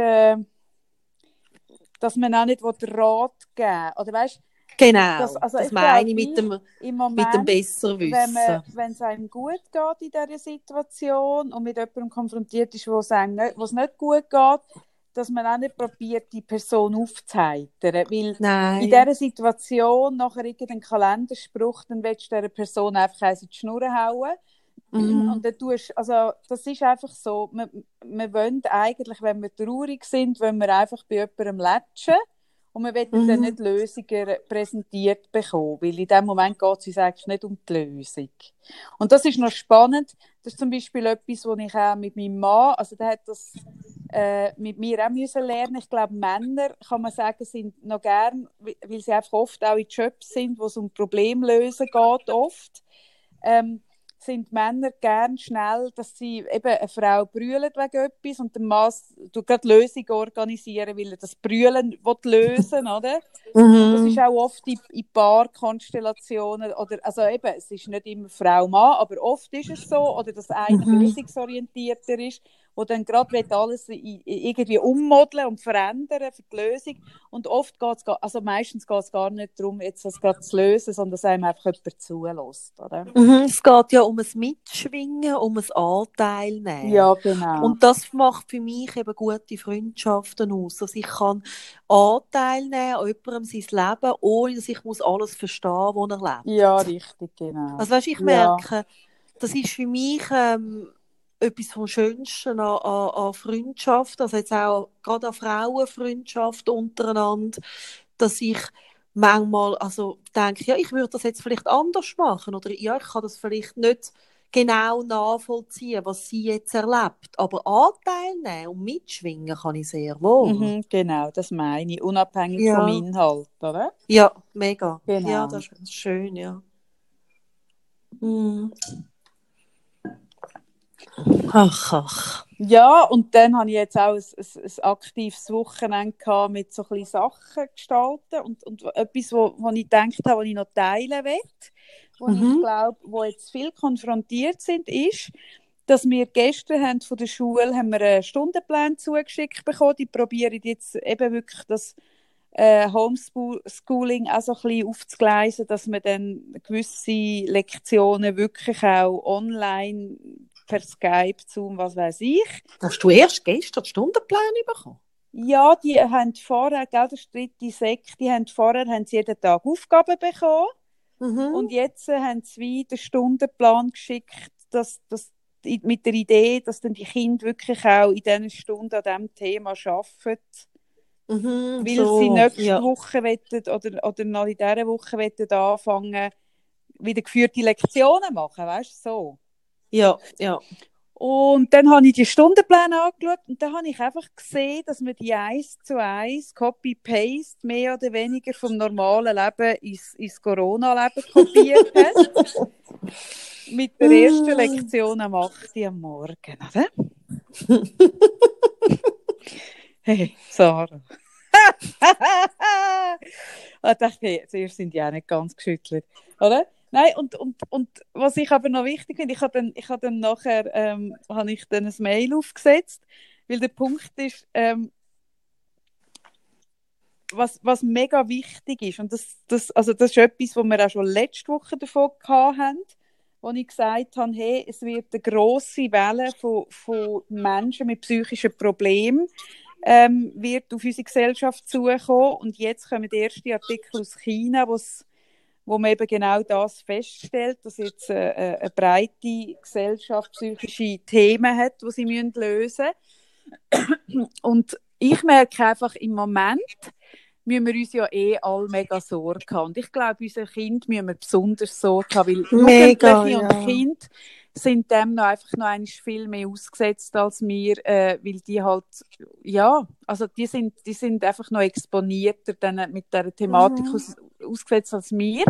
dass man auch nicht Rat geben will. Oder weißt, genau, das meine ich mit dem Besserwissen. Wenn es einem gut geht in dieser Situation und mit jemandem konfrontiert ist, wo es nicht gut geht, dass man auch nicht probiert, die Person aufzuheitern. Weil Nein. in dieser Situation nachher irgendeinen Kalenderspruch, dann willst du dieser Person einfach eins in die Schnur hauen. Und dann das ist einfach so, wir wollen eigentlich, wenn wir traurig sind, wollen wir einfach bei jemandem latschen und wir wollen dann nicht Lösungen präsentiert bekommen, weil in dem Moment geht es uns eigentlich nicht um die Lösung. Und das ist noch spannend, das ist zum Beispiel etwas, was ich auch mit meinem Mann, also der hat das mit mir auch müssen lernen. Ich glaube, Männer, kann man sagen, sind noch gern, weil sie einfach oft auch in Jobs sind, wo es um Problemlösen geht, oft. Sind Männer gern schnell, dass sie eben eine Frau brüllen wegen etwas und der Mann gerade Lösungen organisieren, weil er das Brüllen lösen will, oder? Und das ist auch oft in Paarkonstellationen, oder, also eben, es ist nicht immer Frau-Mann, aber oft ist es so, oder dass einer lösungsorientierter ist, wo dann gerade alles irgendwie ummodeln und verändern für die Lösung. Und oft also meistens geht es gar nicht darum, jetzt das gerade zu lösen, sondern dass einem einfach jemand zulässt, oder? Es geht ja um ein Mitschwingen, um ein Anteil nehmen. Ja, genau. Und das macht für mich eben gute Freundschaften aus. Also ich kann Anteil nehmen an jemandem sein Leben, ohne dass ich alles verstehen muss, was er lebt. Ja, richtig, genau. Also weißt, ich merke, das ist für mich etwas vom Schönsten an Freundschaft, also jetzt auch gerade an Frauenfreundschaft untereinander, dass ich manchmal denke, ja, ich würde das jetzt vielleicht anders machen oder ja, ich kann das vielleicht nicht genau nachvollziehen, was sie jetzt erlebt, aber Anteil nehmen und mitschwingen kann ich sehr wohl. Genau, das meine ich, unabhängig vom Inhalt, oder? Ja, mega. Genau. Ja, das ist schön, ja. Ach. Ja, und dann habe ich jetzt auch ein aktives Wochenende gehabt mit so ein bisschen Sachen gestalten und etwas, wo ich gedacht habe, was ich noch teilen will, wo ich glaube, wo jetzt viel konfrontiert sind, ist, dass wir gestern von der Schule haben wir einen Stundenplan zugeschickt bekommen. Die probieren jetzt eben wirklich das Homeschooling auch so ein bisschen aufzugleisen, dass man dann gewisse Lektionen wirklich auch online per Skype, Zoom, was weiß ich. Hast du erst gestern den Stundenplan bekommen? Ja, die haben vorher, gell, das ist die dritte Sek, haben sie jeden Tag Aufgaben bekommen. Und jetzt haben sie den Stundenplan geschickt, dass mit der Idee, dass dann die Kinder wirklich auch in diesen Stunden an diesem Thema arbeiten. Weil sie nächste Woche wollen, oder noch in dieser Woche wollen anfangen, wieder geführte Lektionen machen, weißt du, so. Ja. Und dann habe ich die Stundenpläne angeschaut und dann habe ich einfach gesehen, dass man die 1:1 Copy-Paste mehr oder weniger vom normalen Leben ins Corona-Leben kopiert hat. Mit der ersten Lektion am 8 Uhr am Morgen, oder? Hey, Sarah. Ich dachte, hey, zuerst sind die auch nicht ganz geschüttelt, oder? Nein, und was ich aber noch wichtig finde, ich habe dann nachher habe ich dann ein Mail aufgesetzt, weil der Punkt ist, was mega wichtig ist, und das ist etwas, wo wir auch schon letzte Woche davon hatten, wo ich gesagt habe, hey, es wird eine grosse Welle von Menschen mit psychischen Problemen wird auf unsere Gesellschaft zukommen. Und jetzt kommen die ersten Artikel aus China, wo man eben genau das feststellt, dass jetzt eine breite Gesellschaft psychische Themen hat, die sie lösen müssen. Und ich merke einfach, im Moment müssen wir uns ja alle mega Sorge haben. Und ich glaube, unseren Kind müssen wir besonders Sorge haben, weil Mega, Jugendliche ja. und Kinder sind dem noch einfach noch einmal viel mehr ausgesetzt als wir, weil die halt, ja, also die sind einfach noch exponierter dann mit dieser Thematik ausgesetzt als wir.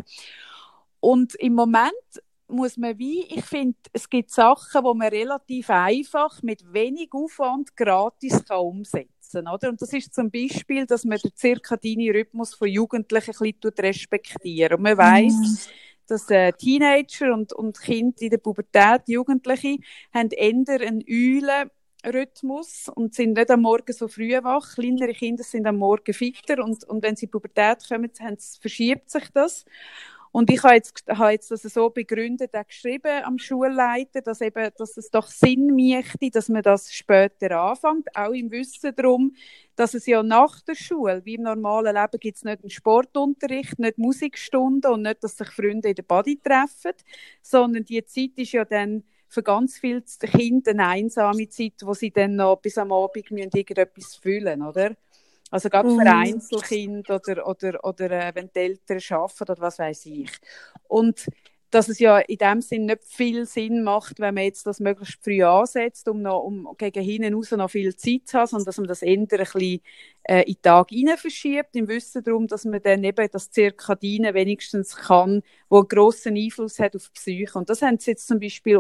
Und im Moment muss man ich finde, es gibt Sachen, die man relativ einfach mit wenig Aufwand gratis umsetzen kann, oder? Und das ist zum Beispiel, dass man den zirkadianen Rhythmus von Jugendlichen ein bisschen respektiert. Und man weiss, dass Teenager und Kinder in der Pubertät, Jugendliche, haben eher einen Eulenrhythmus und sind nicht am Morgen so früh wach. Kleinere Kinder sind am Morgen fitter und wenn sie in die Pubertät kommen, verschiebt sich das. Und ich habe jetzt das so begründet, auch geschrieben am Schulleiter, dass es doch Sinn machte, dass man das später anfängt, auch im Wissen darum, dass es ja nach der Schule, wie im normalen Leben, gibt es nicht einen Sportunterricht, nicht Musikstunden und nicht, dass sich Freunde in der Body treffen, sondern die Zeit ist ja dann für ganz viele Kinder eine einsame Zeit, wo sie dann noch bis am Abend irgendetwas fühlen, oder? Also gerade für Einzelkind oder wenn die Eltern arbeiten oder was weiß ich. Und dass es ja in dem Sinn nicht viel Sinn macht, wenn man jetzt das möglichst früh ansetzt, um gegen hinten raus noch viel Zeit zu haben, sondern dass man das eher ein bisschen in den Tag hinein verschiebt, im Wissen darum, dass man dann eben das Zirkadine wenigstens kann, wo einen grossen Einfluss hat auf die Psyche. Und das haben sie jetzt zum Beispiel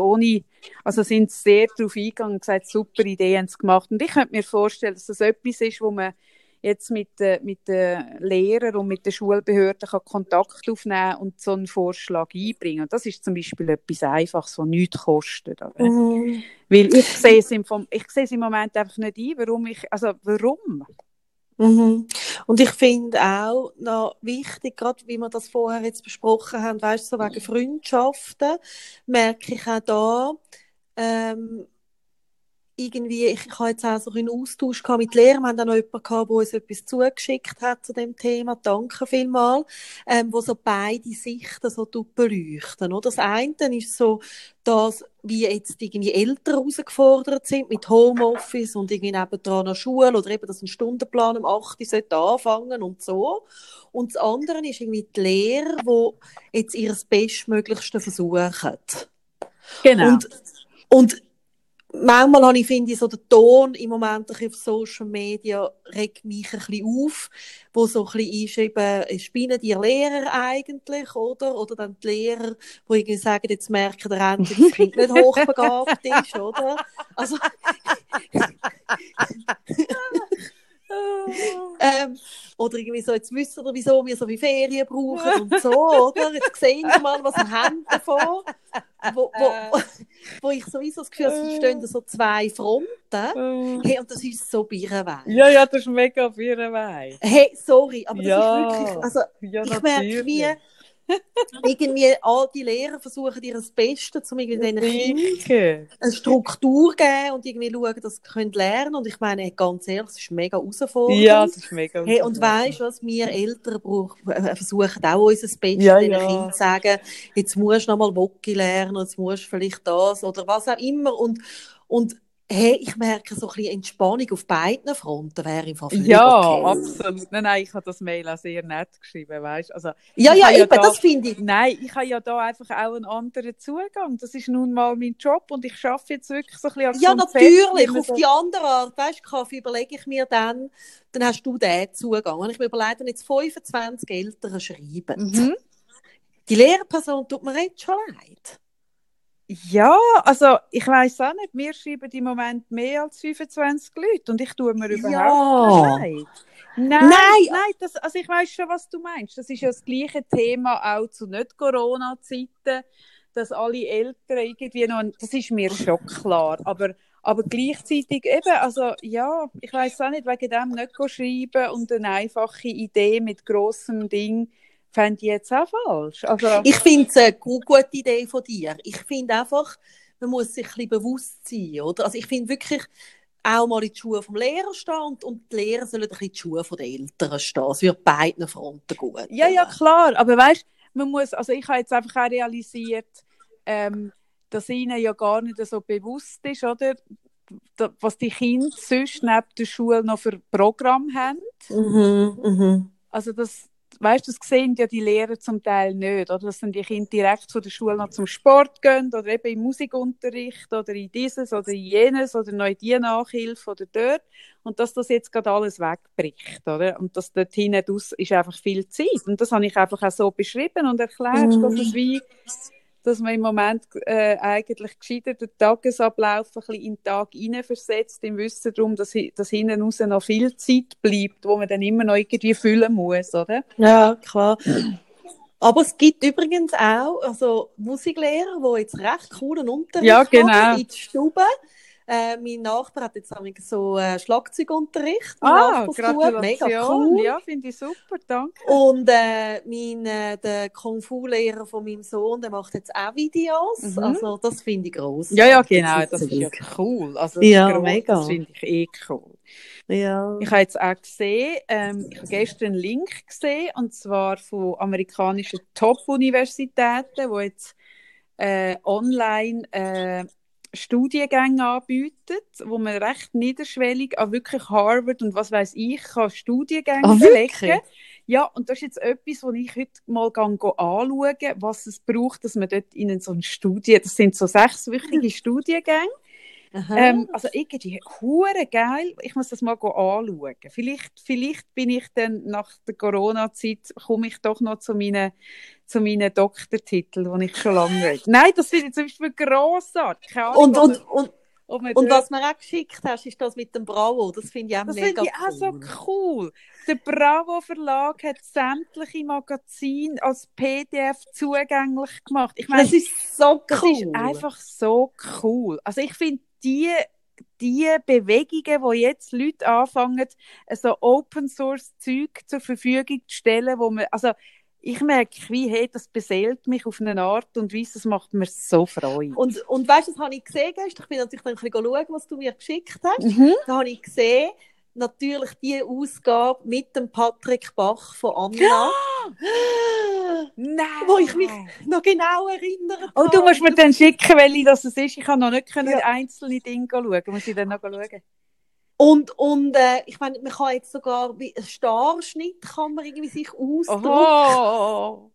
sind sie sehr darauf eingegangen und gesagt, super Idee haben sie gemacht. Und ich könnte mir vorstellen, dass das etwas ist, wo man jetzt mit den Lehrern und mit den Schulbehörden Kontakt aufnehmen und so einen Vorschlag einbringen. Und das ist zum Beispiel etwas Einfaches, das nichts kostet. Weil ich sehe es im Moment einfach nicht ein, warum? Und ich finde auch noch wichtig, gerade wie wir das vorher jetzt besprochen haben, weißt du, so wegen Freundschaften, merke ich auch da, irgendwie, ich habe jetzt auch so einen Austausch gehabt mit Lehrern. Wir haben auch noch jemanden gehabt, der uns etwas zugeschickt hat zu dem Thema. Danke vielmals. Wo so beide Sichten so beleuchten, oder? Das eine ist so, dass wie jetzt irgendwie Eltern herausgefordert sind mit Homeoffice und irgendwie nebendran an Schule oder eben, dass ein Stundenplan um 8 Uhr anfangen und so. Und das andere ist irgendwie die Lehrer, die jetzt ihr Bestmöglichste versuchen. Genau. Und manchmal finde ich so, der Ton im Moment auf Social Media regt mich ein bisschen auf, wo so ein bisschen ist, eben, spinnen die Lehrer eigentlich, oder? Oder dann die Lehrer, die irgendwie sagen, jetzt merken der endlich, dass das Kind nicht hochbegabt ist, oder? Also, oder irgendwie so, jetzt wissen wir, wieso wir so viel Ferien brauchen und so, oder? Jetzt sehen Sie mal, was wir haben davon. Wo ich sowieso das Gefühl habe, es stehen so zwei Fronten. Hey, und das ist so birrenweich. Ja, das ist mega birrenweich. Hey, sorry, aber das ist wirklich, also ich merke, wie irgendwie all die Lehrer versuchen ihr Bestes, um irgendwie diesen Kindern eine Struktur zu geben und irgendwie schauen, dass sie lernen können. Und ich meine, ganz ehrlich, es ist mega herausfordernd. Ja, es ist mega herausfordernd. Hey, und weisst du was, wir Eltern versuchen auch unser Bestes, diesen Kindern zu sagen, jetzt musst du noch mal Wocki lernen, jetzt musst du vielleicht das oder was auch immer. Und Hey, ich merke so ein bisschen Entspannung auf beiden Fronten wäre im Fall völlig Ja, okay. absolut. Nein, ich habe das Mail auch sehr nett geschrieben, weißt? Also, Ja, ich ja, habe ja eben, da, das finde ich. nein, ich habe ja da einfach auch einen anderen Zugang. Das ist nun mal mein Job und ich arbeite jetzt wirklich so ein bisschen an Ja, Konzept, wie natürlich, man auf so... die andere Art, weißt du, Kaffee überlege ich mir dann hast du den Zugang. Wenn ich mir überlege, wenn jetzt 25 Eltern schreiben, Mhm. die Lehrperson tut mir jetzt schon leid. Ja, also ich weiss auch nicht, mir schreiben im Moment mehr als 25 Leute und ich tue mir überhaupt Ja. nicht leid. Nein, Nein. nein, also ich weiss schon, was du meinst. Das ist ja das gleiche Thema auch zu Nicht-Corona-Zeiten, dass alle Eltern irgendwie noch, das ist mir schon klar, aber gleichzeitig eben, also ja, ich weiss auch nicht, wegen dem nicht schreiben und eine einfache Idee mit grossem Ding fände ich jetzt auch falsch. Also, Ich finde es eine gute Idee von dir. Ich finde einfach, man muss sich ein bisschen bewusst sein, oder? Also ich finde wirklich auch mal in die Schuhe vom Lehrer stehen und die Lehrer sollen ein bisschen in die Schuhe der Eltern stehen. Es wird beiden Fronten gut. ja, ja, klar, aber weißt, man muss, also ich habe jetzt einfach auch realisiert, dass ihnen ja gar nicht so bewusst ist, oder? Was die Kinder sonst neben der Schule noch für Programm haben. Also das, weißt, das sehen ja die Lehrer zum Teil nicht, oder? Dass dann die Kinder direkt von der Schule noch zum Sport gehen oder eben im Musikunterricht oder in dieses oder in jenes oder noch in die Nachhilfe oder dort und dass das jetzt gerade alles wegbricht, oder? Und dass dort hinten ist einfach viel Zeit und das habe ich einfach auch so beschrieben und erklärt, dass es wie dass man im Moment eigentlich gescheiter den Tagesablauf ein bisschen in den Tag hineinversetzt, im Wissen darum, dass hinten raus noch viel Zeit bleibt, wo man dann immer noch irgendwie füllen muss, oder? Ja, klar. Aber es gibt übrigens auch also Musiklehrer, die jetzt recht coolen Unterricht Ja, genau. machen in der Stube. Mein Nachbar hat jetzt so Schlagzeugunterricht, mein Nachbarsbub, mega Gratulation. cool. Ja, finde ich super, danke. Und der Kung-Fu-Lehrer von meinem Sohn, der macht jetzt auch Videos. Also das finde ich grossartig. Ja, ja, genau, das ist ja cool. Also Ja, mega. Das finde ich eh cool. Ja. Ich habe jetzt auch gesehen, ich habe gestern einen Link gesehen, und zwar von amerikanischen Top-Universitäten, die jetzt online Studiengänge anbietet, wo man recht niederschwellig an wirklich Harvard und was weiß ich kann Studiengänge belegen. Ja, und das ist jetzt etwas, wo ich heute mal anschauen gehe, was es braucht, dass man dort in so eine Studie, das sind so 6-wöchige Studiengänge. Also irgendwie hure geil. Ich muss das mal anschauen. Vielleicht bin ich dann nach der Corona-Zeit, komme ich doch noch zu meinen Doktortiteln, die ich schon lange will. Nein, das finde ich zum Beispiel grossartig. Und was mir auch geschickt hast, ist das mit dem Bravo. Das finde ich auch mega cool. Das finde ich auch so cool. Der Bravo Verlag hat sämtliche Magazine als PDF zugänglich gemacht. Ich meine, das ist so cool. Das ist einfach so cool. Also ich finde die Bewegungen, die jetzt Leute anfangen, so Open-Source-Zeug zur Verfügung zu stellen, wo man, also ich merke, hey, das beseelt mich auf eine Art und Weise, das macht mir so Freude. Und weißt du, das habe ich gesehen, ich bin natürlich dann ein bisschen schauen, was du mir geschickt hast. Da habe ich gesehen, natürlich die Ausgabe mit dem Patrick Bach von Anna. Nein! Wo ich mich noch genau erinnere. Oh, du musst mir dann schicken, welche das ist. Ich kann noch nicht einzelne Dinge schauen. Muss ich dann noch schauen? Und ich meine, man kann jetzt sogar einen Starschnitt kann man irgendwie sich ausdrucken.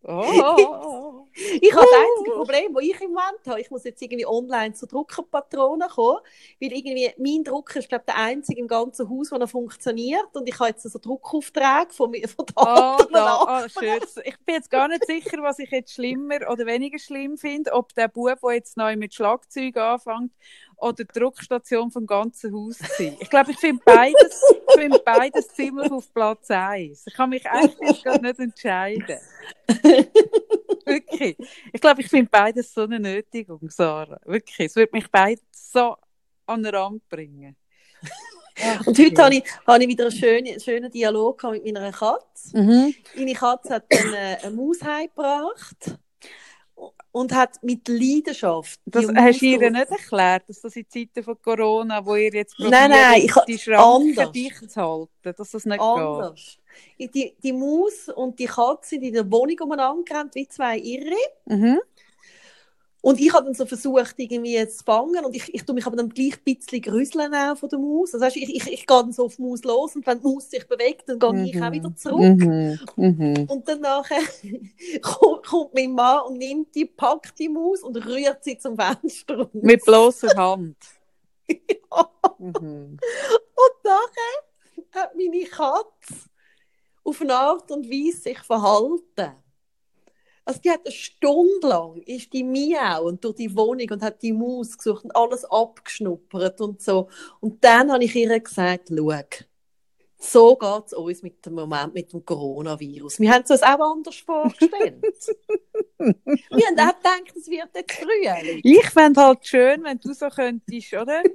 Ich habe das einzige Problem, das ich im Moment habe, ich muss jetzt irgendwie online zu Druckerpatronen kommen, weil irgendwie mein Drucker ist, glaube ich, der einzige im ganzen Haus, der noch funktioniert, und ich habe jetzt so Druckaufträge von schön. Ich bin jetzt gar nicht sicher, was ich jetzt schlimmer oder weniger schlimm finde, ob der Bub, der jetzt neu mit Schlagzeug anfängt, oder die Druckstation vom ganzen Haus sein. Ich glaube, ich finde beides ziemlich auf Platz 1. Ich kann mich echt jetzt gar nicht entscheiden. Wirklich. Ich glaube, ich finde beides so eine Nötigung, Sarah. Wirklich. Es würde mich beides so an den Rand bringen. Ach, und heute habe ich wieder einen schönen Dialog mit meiner Katze. Meine Katze hat dann eine Maus heimgebracht und hat mit Leidenschaft... Das hast du ihr nicht erklärt, dass das in Zeiten von Corona, wo ihr jetzt probiert, die Schranken dicht zu halten, dass das nicht anders geht? Die Maus und die Katze sind in der Wohnung umeinander gerannt, wie zwei Irre. Und ich habe dann so versucht, irgendwie zu fangen. Und ich tue mich aber dann gleich ein bisschen grüseln auch von der Maus. Also, weißt, ich gehe dann so auf die Maus los und wenn die Maus sich bewegt, dann gehe ich auch wieder zurück. Und dann nachher kommt mein Mann und packt die Maus und rührt sie zum Fenster raus. Mit bloßer Hand. Ja. Und nachher hat meine Katze auf eine Art und Weise sich verhalten. Also die hat eine Stunde lang ist die miauend durch die Wohnung und hat die Maus gesucht und alles abgeschnuppert und so. Und dann habe ich ihr gesagt, schau, so geht es uns mit dem Moment mit dem Coronavirus. Wir haben es uns auch anders vorgestellt. Wir haben auch gedacht, es wird jetzt Frühling. Ich fände halt schön, wenn du so könntest, oder?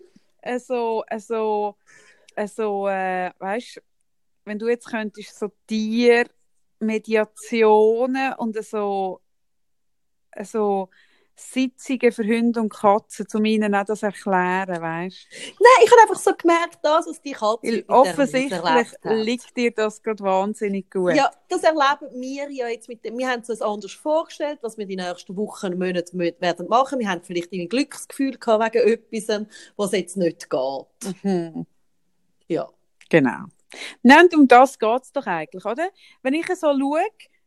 Weißt, wenn du jetzt könntest so Tiermediationen und so Sitzungen für Hunde und Katzen, um ihnen auch das erklären, weißt? Nein, ich habe einfach so gemerkt, dass die Katze Weil mit der offensichtlich erlebt hat. liegt dir das gerade wahnsinnig gut. Ja, das erleben wir ja jetzt mit dem. Wir haben es uns anders vorgestellt, was wir die nächsten Wochen und Monate werden machen. Wir haben vielleicht ein Glücksgefühl gehabt wegen etwas, was jetzt nicht geht. Ja. Genau. Nein, und um das geht es doch eigentlich, oder? Wenn ich so schaue,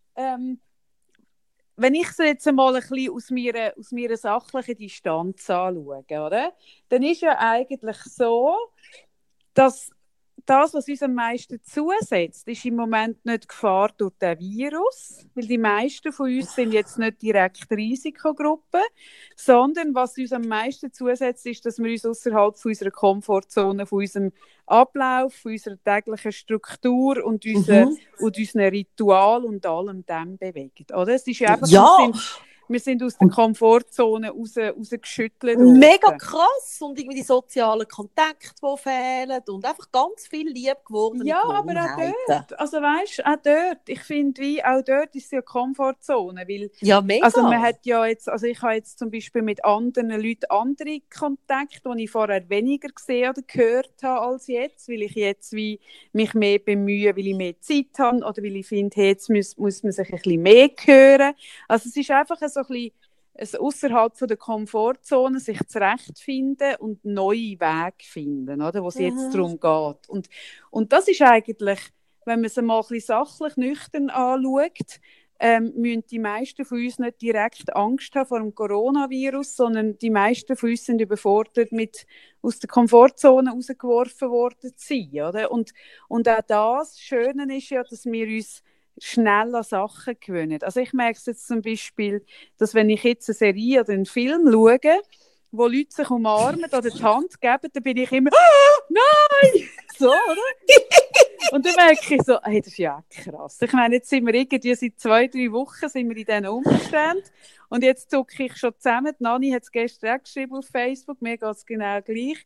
wenn ich so jetzt mal ein bisschen aus meiner sachlichen Distanz anschaue, oder? Dann ist ja eigentlich so, dass das, was uns am meisten zusetzt, ist im Moment nicht die Gefahr durch den Virus, weil die meisten von uns sind jetzt nicht direkt Risikogruppen, sondern was uns am meisten zusetzt, ist, dass wir uns außerhalb von unserer Komfortzone, von unserem Ablauf, von unserer täglichen Struktur und unseren Ritual und allem dem bewegen. Oder? Es ist ja einfach, wir sind aus der Komfortzone rausgeschüttelt worden. Mega krass. Und irgendwie die sozialen Kontakte, die fehlen. Und einfach ganz viel lieb geworden. Ja, aber auch dort. Also weißt, auch dort. Ich finde, wie auch dort ist es ja Komfortzone. Weil, ja, mega. Also man hat ja jetzt, also ich habe jetzt zum Beispiel mit anderen Leuten andere Kontakte, die ich vorher weniger gesehen oder gehört habe als jetzt, weil ich jetzt wie mich mehr bemühe, weil ich mehr Zeit habe oder weil ich finde, hey, jetzt muss man sich ein bisschen mehr hören. Also es ist einfach so ein bisschen außerhalb der Komfortzone sich zurechtfinden und neue Wege finden, oder, wo es jetzt darum geht. Und das ist eigentlich, wenn man es mal ein bisschen sachlich nüchtern anschaut, müssen die meisten von uns nicht direkt Angst haben vor dem Coronavirus, sondern die meisten von uns sind überfordert mit aus der Komfortzone rausgeworfen worden zu sein, oder? Und auch das Schöne ist ja, dass wir uns schnell an Sachen gewöhnen. Also ich merke es jetzt zum Beispiel, dass wenn ich jetzt eine Serie oder einen Film schaue, wo Leute sich umarmen oder die Hand geben, dann bin ich immer «Nein!» So, oder? Und dann merke ich so, hey, das ist ja krass. Ich meine, jetzt sind wir irgendwie seit 2-3 Wochen sind wir in diesen Umständen und jetzt zucke ich schon zusammen. Die Nani hat es gestern auch geschrieben auf Facebook, mir geht es genau gleich.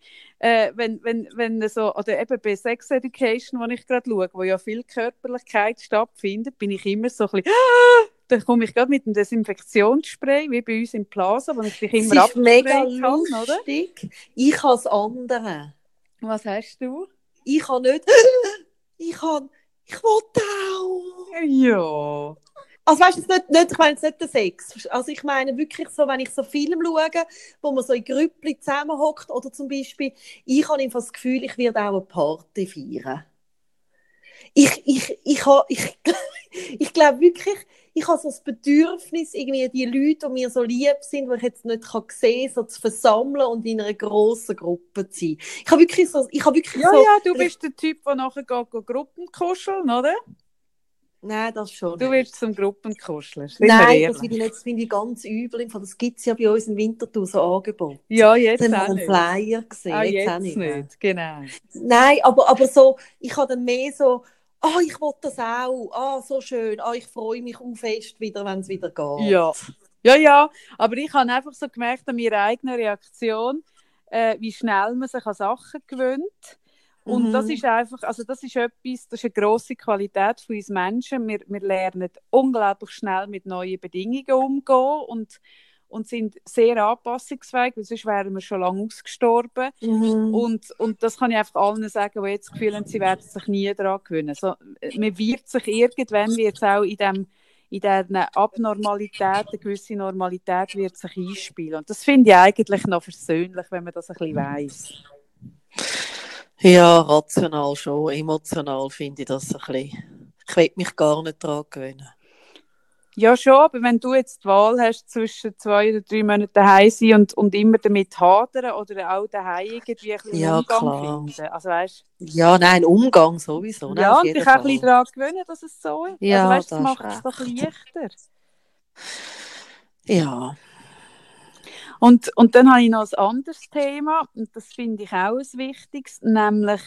Wenn so, oder eben bei Sex Education, wo ich gerade schaue, wo ja viel Körperlichkeit stattfindet, bin ich immer so ein bisschen dann komme ich gerade mit dem Desinfektionsspray, wie bei uns im Plaza, wo ich dich immer abgesprayt habe. Das ist mega lustig. Ich habe das andere. Was hast du? Ich habe nicht... Ich wollte auch. Ja. Also weißt du, ich meine jetzt nicht den Sex. Also ich meine wirklich so, wenn ich so Filme schaue, wo man so in Grüppli zusammenhockt oder zum Beispiel, ich habe einfach das Gefühl, ich werde auch eine Party feiern. Ich glaube wirklich, ich habe so das Bedürfnis, irgendwie die Leute, die mir so lieb sind, die ich jetzt nicht sehen kann, so zu versammeln und in einer grossen Gruppe zu sein. Ich habe wirklich so... Ja, du bist der Typ, der nachher geht Gruppen kuscheln, oder? Nein, das schon. Du wirst zum Gruppenkuschler. Nein, das finde ich ganz übel. Das gibt es ja bei uns in Winterthur, so Angebote. Ja, jetzt auch nicht. Einen Flyer gesehen. Ah, jetzt nicht. Genau. Nein, aber so, ich habe dann mehr so, ich will das auch, so schön, ich freue mich fest wieder, wenn es wieder geht. Ja, aber ich habe einfach so gemerkt an meiner eigenen Reaktion, wie schnell man sich an Sachen gewöhnt. Und das ist einfach, also das ist etwas, das ist eine grosse Qualität von uns Menschen. Wir lernen unglaublich schnell mit neuen Bedingungen umgehen und sind sehr anpassungsfähig, weil sonst wären wir schon lange ausgestorben. Und das kann ich einfach allen sagen, die jetzt das Gefühl haben, sie werden sich nie daran gewöhnen. So, man wird sich irgendwann, wie jetzt auch in in diesen Abnormalitäten eine gewisse Normalität wird sich einspielen. Und das finde ich eigentlich noch versöhnlich, wenn man das ein bisschen weiss. Ja, rational schon. Emotional finde ich das ein bisschen. Ich will mich gar nicht daran gewöhnen. Ja, schon, aber wenn du jetzt die Wahl hast, zwischen 2 oder 3 Monaten daheim sein und immer damit hadern oder auch daheim irgendwie ein bisschen Ja, Umgang klar. finden. Also, weißt, Ja, nein, Umgang sowieso. Nein, ja, auf und jeden dich auch ein Fall. bisschen daran gewöhnen, dass es so ist. Ja, Also, weißt, das da hast macht es doch recht. leichter. Ja. Und dann habe ich noch ein anderes Thema, und das finde ich auch ein wichtiges, nämlich,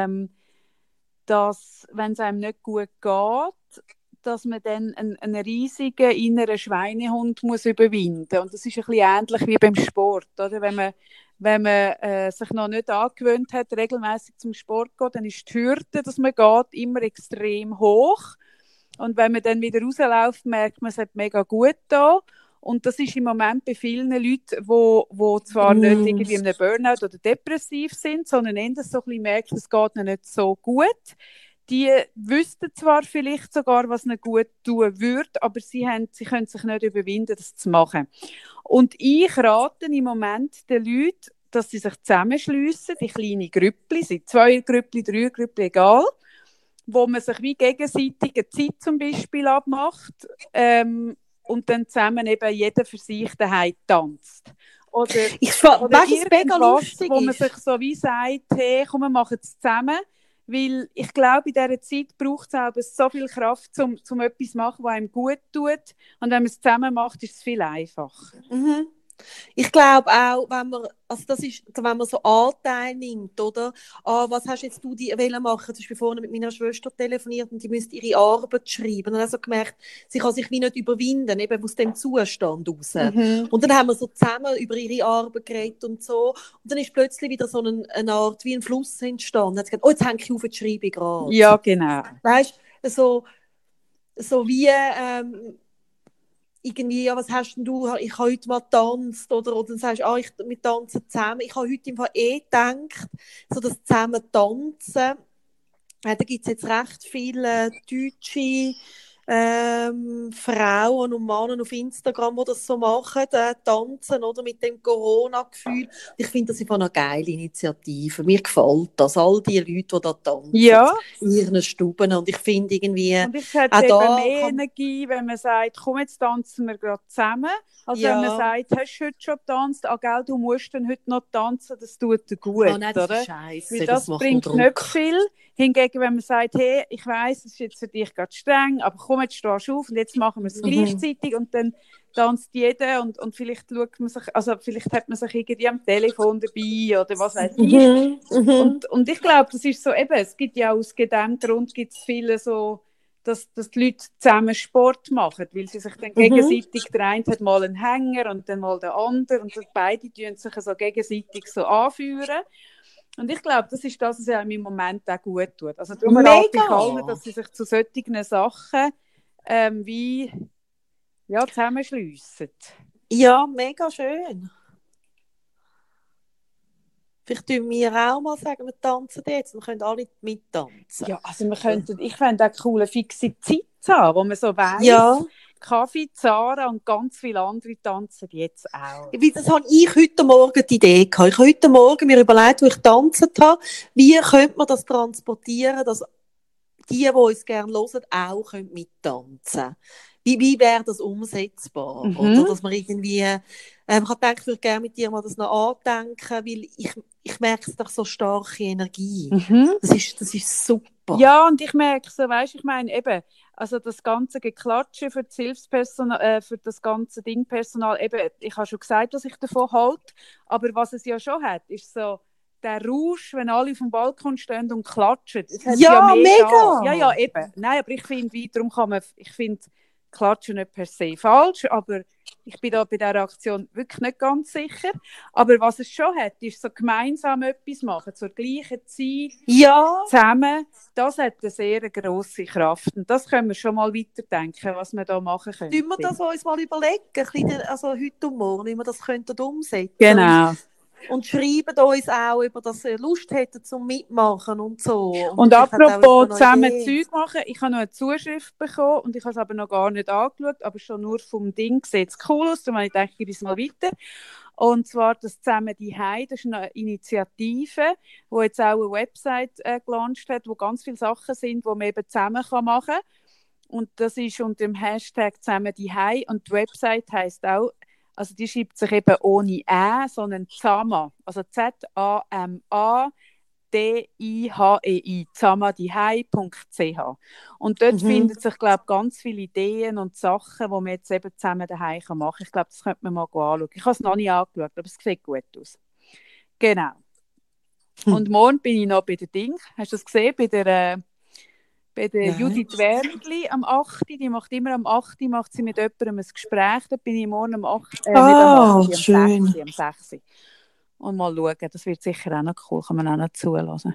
dass, wenn es einem nicht gut geht, dass man dann einen riesigen inneren Schweinehund muss überwinden muss. Und das ist ein bisschen ähnlich wie beim Sport. Oder? Wenn man sich noch nicht angewöhnt hat, regelmäßig zum Sport zu gehen, dann ist die Hürde, dass man geht, immer extrem hoch. Und wenn man dann wieder rausläuft, merkt man, es hat mega gut da. Und das ist im Moment bei vielen Leuten, die zwar nicht irgendwie in einem Burnout oder depressiv sind, sondern eher so ein bisschen merken, es geht ihnen nicht so gut. Die wüssten zwar vielleicht sogar, was ihnen gut tun würde, aber sie können sich nicht überwinden, das zu machen. Und ich rate im Moment den Leuten, dass sie sich zusammenschliessen, die kleinen Grüppli, sind 2 Grüppli, 3 Grüppli, egal, wo man sich wie gegenseitig eine Zeit zum Beispiel abmacht, und dann zusammen eben jeder für sich daheim tanzt. Oder Weißt du, was mega lustig wo man ist? sich so wie sagt, hey, komm, wir machen es zusammen. Weil ich glaube, in dieser Zeit braucht es auch so viel Kraft, um etwas zu machen, was einem gut tut. Und wenn man es zusammen macht, ist es viel einfacher. Mhm. Ich glaube auch, das ist, wenn man so Anteil nimmt, oder? Was hast jetzt du machen? Zum Beispiel vorhin mit meiner Schwester telefoniert und die müsste ihre Arbeit schreiben. Und dann habe ich so gemerkt, sie kann sich wie nicht überwinden, eben aus dem Zustand raus. Und dann haben wir so zusammen über ihre Arbeit geredet und so. Und dann ist plötzlich wieder so eine Art, wie ein Fluss entstanden. Dann hat sie gesagt, jetzt hänge ich auf die Schreibung gerade. Ja, genau. Weißt du, so wie, irgendwie, ja, was hast denn du? Ich habe heute mal getanzt, oder dann sagst du, wir tanzen zusammen. Ich habe heute im Fall gedacht, so das zusammen tanzen. Da gibt es jetzt recht viele deutsche Frauen und Männer auf Instagram, die das so machen, tanzen, oder, mit dem Corona-Gefühl. Ich finde das einfach eine geile Initiative. Mir gefällt das, all die Leute, die da tanzen, in ihren Stuben. Und ich finde irgendwie, und ich hätte auch eben da mehr Energie, wenn man sagt, komm, jetzt tanzen wir gerade zusammen. Also wenn man sagt, hast du heute schon getanzt? Gell, du musst dann heute noch tanzen, das tut dir gut. Nein, das oder? ist scheisse, Weil das macht bringt nicht viel. Hingegen, wenn man sagt, hey, ich weiss, es ist jetzt für dich gerade streng, aber komm, jetzt stehst du auf und jetzt machen wir es gleichzeitig, und dann tanzt jeder und vielleicht schaut man sich, also vielleicht hat man sich irgendwie am Telefon dabei oder was weiß ich. Und ich glaube, das ist so eben, es gibt ja aus dem Grund gibt es viele so, dass die Leute zusammen Sport machen, weil sie sich dann gegenseitig, der eine hat mal einen Hänger und dann mal der andere, und beide tun sich so gegenseitig so anführen. Und ich glaube, das ist das, was einem im Moment auch gut tut. Also darum rate ich allen, dass sie sich zu solchen Sachen wie zusammenschliessen. Ja, mega schön. Vielleicht tun wir auch mal sagen, wir tanzen jetzt und können alle mittanzen. Ja, also ich fände auch cool, eine fixe Zeit zu haben, wo man so weiss, ja. Kaffee, Zara und ganz viele andere tanzen jetzt auch. Das habe ich heute Morgen die Idee gehabt. Ich habe heute Morgen mir überlegt, wo ich getanzt habe, wie könnte man das transportieren, dass die uns gerne hören, auch mittanzen können. Wie wäre das umsetzbar? Oder? Dass man irgendwie, ich habe gedacht, ich würde gerne mit dir mal das noch andenken, weil ich merke doch so starke Energie. Das ist super. Ja, und ich merke so, weißt, ich meine eben, also das ganze Geklatsche für das Hilfspersonal, für das ganze Dingpersonal, eben, ich habe schon gesagt, was ich davon halte, aber was es ja schon hat, ist so der Rausch, wenn alle auf dem Balkon stehen und klatschen. Ja, mega! Ja, eben. Nein, aber ich finde, ich finde Klatschen nicht per se falsch, aber ich bin da bei dieser Aktion wirklich nicht ganz sicher. Aber was es schon hat, ist so gemeinsam etwas machen, zur gleichen Zeit, zusammen. Das hat eine sehr grosse Kraft. Und das können wir schon mal weiterdenken, was wir da machen können. Sollen wir das uns mal überlegen, also heute und morgen, wie wir das umsetzen könnten? Genau. und schreibt uns auch, über das ihr Lust hättet zum Mitmachen und so. Und vielleicht hat auch apropos jemand noch zusammen Ideen. Zeug machen, ich habe noch eine Zuschrift bekommen und ich habe es aber noch gar nicht angeschaut, aber schon nur vom Ding sieht es cool aus, darum habe ich gedacht, ich gebe es mal weiter. Und zwar das «Zusammen die Hei», das ist eine Initiative, die jetzt auch eine Website gelauncht hat, wo ganz viele Sachen sind, die man eben zusammen machen kann. Und das ist unter dem Hashtag «Zusammen die Hei» und die Website heisst auch, also die schreibt sich eben ohne «ä», sondern «Zama», also Z-A-M-A DIHEI, zamadihei.ch. Und dort finden sich, glaube ich, ganz viele Ideen und Sachen, die man jetzt eben zusammen daheim machen kann. Ich glaube, das könnte man mal anschauen. Ich habe es noch nicht angeschaut, aber es sieht gut aus. Genau. Und morgen bin ich noch bei der Ding. Hast du das gesehen? Bei der Judith Wernli am 8. Die macht immer am 8. macht sie mit jemandem ein Gespräch. Da bin ich morgen am 8. Nicht am 8. Schön. am 6. Und mal schauen, das wird sicher auch noch cool, kann man auch noch zuhören.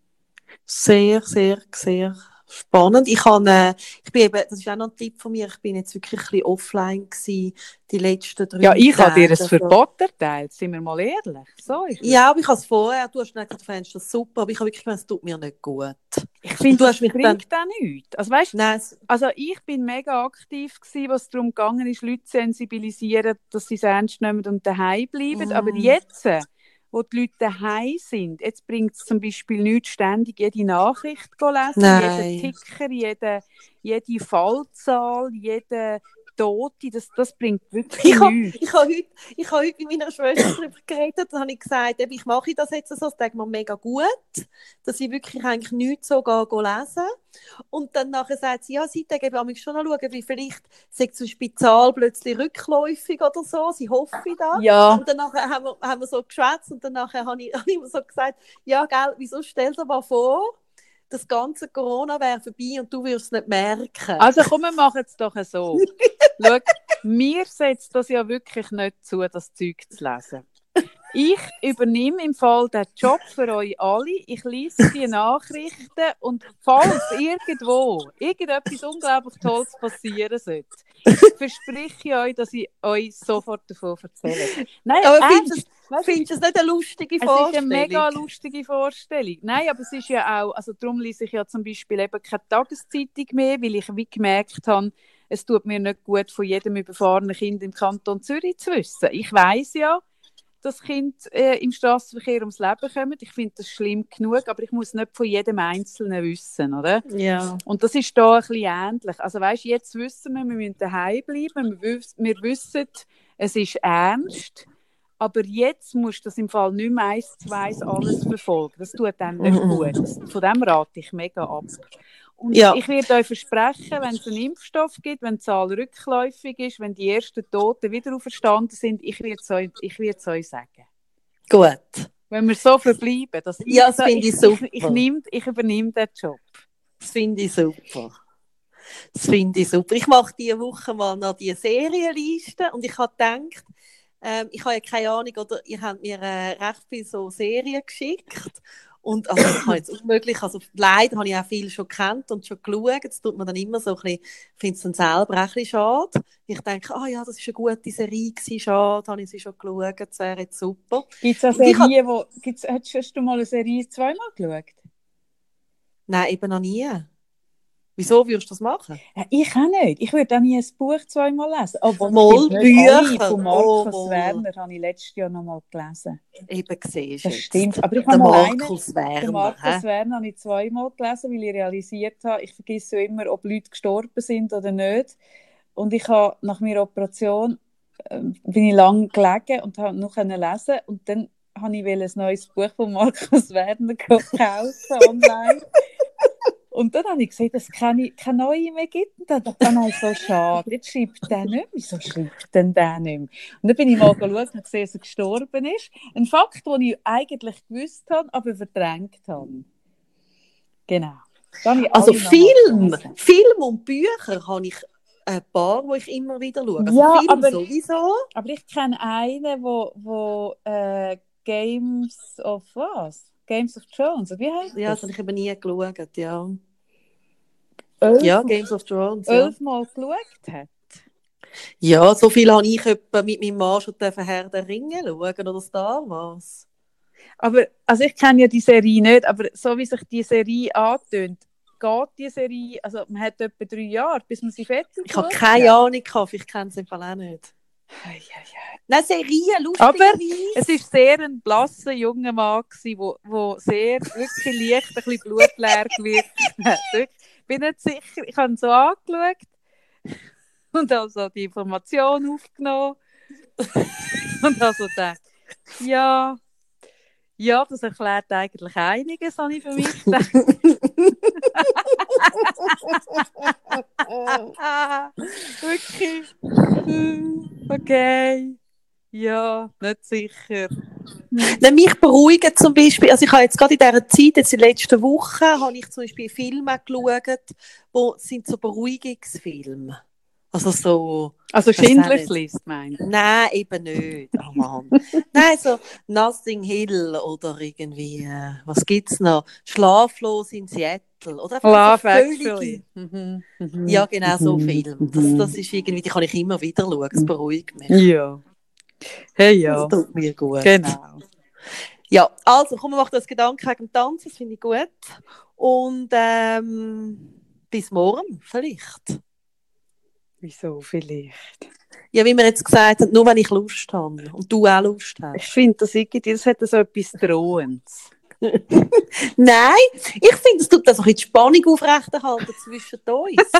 Sehr, sehr, sehr spannend. Ich bin eben, das ist auch noch ein Tipp von mir, ich bin jetzt wirklich ein bisschen offline gewesen, die letzten 3 Tage. Ja, ich habe dir ein Verbot erteilt, sind wir mal ehrlich. So ist es. Ja, aber ich habe es vorher, du hast gesagt, du fändest das super, aber ich habe wirklich gemeint, es tut mir nicht gut. Ich finde, das bringt auch nichts. Also, weißt, nein, also ich bin mega aktiv gewesen, was darum gegangen ist, Leute zu sensibilisieren, dass sie es ernst nehmen und daheim bleiben. Aber jetzt, wo die Leute daheim sind, jetzt bringt es zum Beispiel nichts, ständig jede Nachricht zu lesen, jeden Ticker, jede Fallzahl, jede Tote, das bringt wirklich nichts. Ich habe heute mit meiner Schwester darüber geredet, da habe ich gesagt, ich mache das jetzt so, das denke mir mega gut, dass ich wirklich eigentlich nichts so lesen. Und dann nachher sagt sie, ja, seitdem habe ich schon noch schauen, wie vielleicht sagt zum Spital plötzlich rückläufig oder so, sie hoffe da. Ja. Und dann haben wir so geschwätzt und dann habe ich immer so gesagt, ja, gell, wieso stell dir mal vor, das ganze Corona wäre vorbei und du wirst es nicht merken. Also komm, wir machen es doch so. Schau, mir setzt das ja wirklich nicht zu, das Zeug zu lesen. Ich übernehme im Fall den Job für euch alle. Ich lese die Nachrichten und falls irgendwo irgendetwas unglaublich Tolles passieren sollte, verspreche ich euch, dass ich euch sofort davon erzähle. Nein, aber findest du es nicht eine lustige Vorstellung? Es ist eine mega lustige Vorstellung. Nein, aber es ist ja auch, also darum lese ich ja zum Beispiel eben keine Tageszeitung mehr, weil ich wie gemerkt habe, es tut mir nicht gut, von jedem überfahrenen Kind im Kanton Zürich zu wissen. Ich weiss ja, dass Kinder im Strassenverkehr ums Leben kommen. Ich finde das schlimm genug, aber ich muss nicht von jedem Einzelnen wissen, oder? Ja. Und das ist da ein bisschen ähnlich. Also weißt, jetzt wissen wir müssen daheim bleiben, wir wissen, es ist ernst, aber jetzt musst du das im Fall nicht mehr 1 zu 1 alles verfolgen. Das tut dann nicht gut. Von dem rate ich mega ab. Und ich werde euch versprechen, wenn es einen Impfstoff gibt, wenn die Zahl rückläufig ist, wenn die ersten Toten wieder auferstanden sind, ich werde es euch sagen. Gut. Wenn wir so verbleiben. Dass das finde ich super. Ich übernehme den Job. Das finde ich super. Ich mache diese Woche mal noch die Serienliste und ich habe gedacht, ich habe ja keine Ahnung, oder ihr habt mir recht viele so Serien geschickt. Und also, ich habe jetzt unmöglich, also leider habe ich auch viel schon gekannt und schon geschaut. Jetzt tut man dann immer so ein bisschen, finde es dann selber auch ein bisschen schade. Ich denke, ja, das war eine gute Serie gewesen, schade, habe ich sie schon geschaut, das wäre jetzt super. Gibt es eine Serie, hast du mal eine Serie 2-mal geschaut? Nein, eben noch nie. Wieso würdest du das machen? Ich auch nicht. Ich würde auch nie ein Buch 2-mal lesen. Aber Bücher von Markus Werner habe ich letztes Jahr noch mal gelesen. Eben gesehen. Das stimmt. Aber ich habe Markus Werner habe ich 2-mal gelesen, weil ich realisiert habe, ich vergesse ja immer, ob Leute gestorben sind oder nicht. Und ich habe nach meiner Operation bin ich lange gelegen und habe noch lesen. Und dann habe ich ein neues Buch von Markus Werner gekauft online. Und dann habe ich gesehen, dass es keine neue mehr gibt. Und dann dachte ich, so schade, jetzt schreibt der nicht mehr. Wieso schreibt denn der nicht mehr? Und dann bin ich mal geschaut und habe gesehen, dass er gestorben ist. Ein Fakt, den ich eigentlich gewusst habe, aber verdrängt habe. Genau. Also Film und Bücher habe ich ein paar, die ich immer wieder schaue. Also ja, Film aber, sowieso. Aber ich kenne einen, wo Games of Thrones, wie heißt das? Ja, das habe ich eben nie geschaut, ja. 11 Games of Thrones. 11 Mal geschaut hat. Ja, so viel habe ich etwa mit meinem Mann schon Herr der Ringe schauen oder Star Wars. Aber, also ich kenne ja die Serie nicht, aber so wie sich die Serie antönt, geht die Serie, also man hat etwa 3 Jahre, bis man sie fertig Ich habe geschaut keine hat. Ahnung, ich kenne es im Fall auch nicht. Ei, ei, ei. Nein, Serie, Aber lustigerweise. es war sehr ein blasser junger Mann, der sehr, wirklich leicht ein bisschen blutleer gewirkt hat. Ich bin nicht sicher, ich habe ihn so angeschaut und also die Information aufgenommen und also gedacht, ja, das erklärt eigentlich einiges, habe ich für mich gedacht. Wirklich? Okay. Ja, nicht sicher. Nein, mich beruhigen zum Beispiel, also ich habe jetzt gerade in dieser Zeit, jetzt in den letzten Wochen, habe ich zum Beispiel Filme geschaut, wo sind so Beruhigungsfilme. Also so... Also ich weiss auch Schindlers nicht. List, meinst du? Nein, eben nicht. Oh Mann. Nein, so Nothing Hill oder irgendwie, was gibt's noch? Schlaflos in Seattle. Oder einfach Love so völlige... Actually. Mhm, mhm, Ja, genau, so mhm, Filme. mhm. Das ist irgendwie, die kann ich immer wieder schauen. Es beruhigt mich. Ja. Hey, Das ja. tut mir gut. Genau. Ja, also, komm, wir machen das Gedanken wegen dem Tanzen, das finde ich gut. Und bis morgen, vielleicht. Wieso vielleicht? Ja, wie wir jetzt gesagt haben, nur wenn ich Lust habe und du auch Lust Ich hast. finde, das hat so etwas Drohendes. Nein, ich finde, es tut das auch die Spannung aufrechterhalten zwischen uns.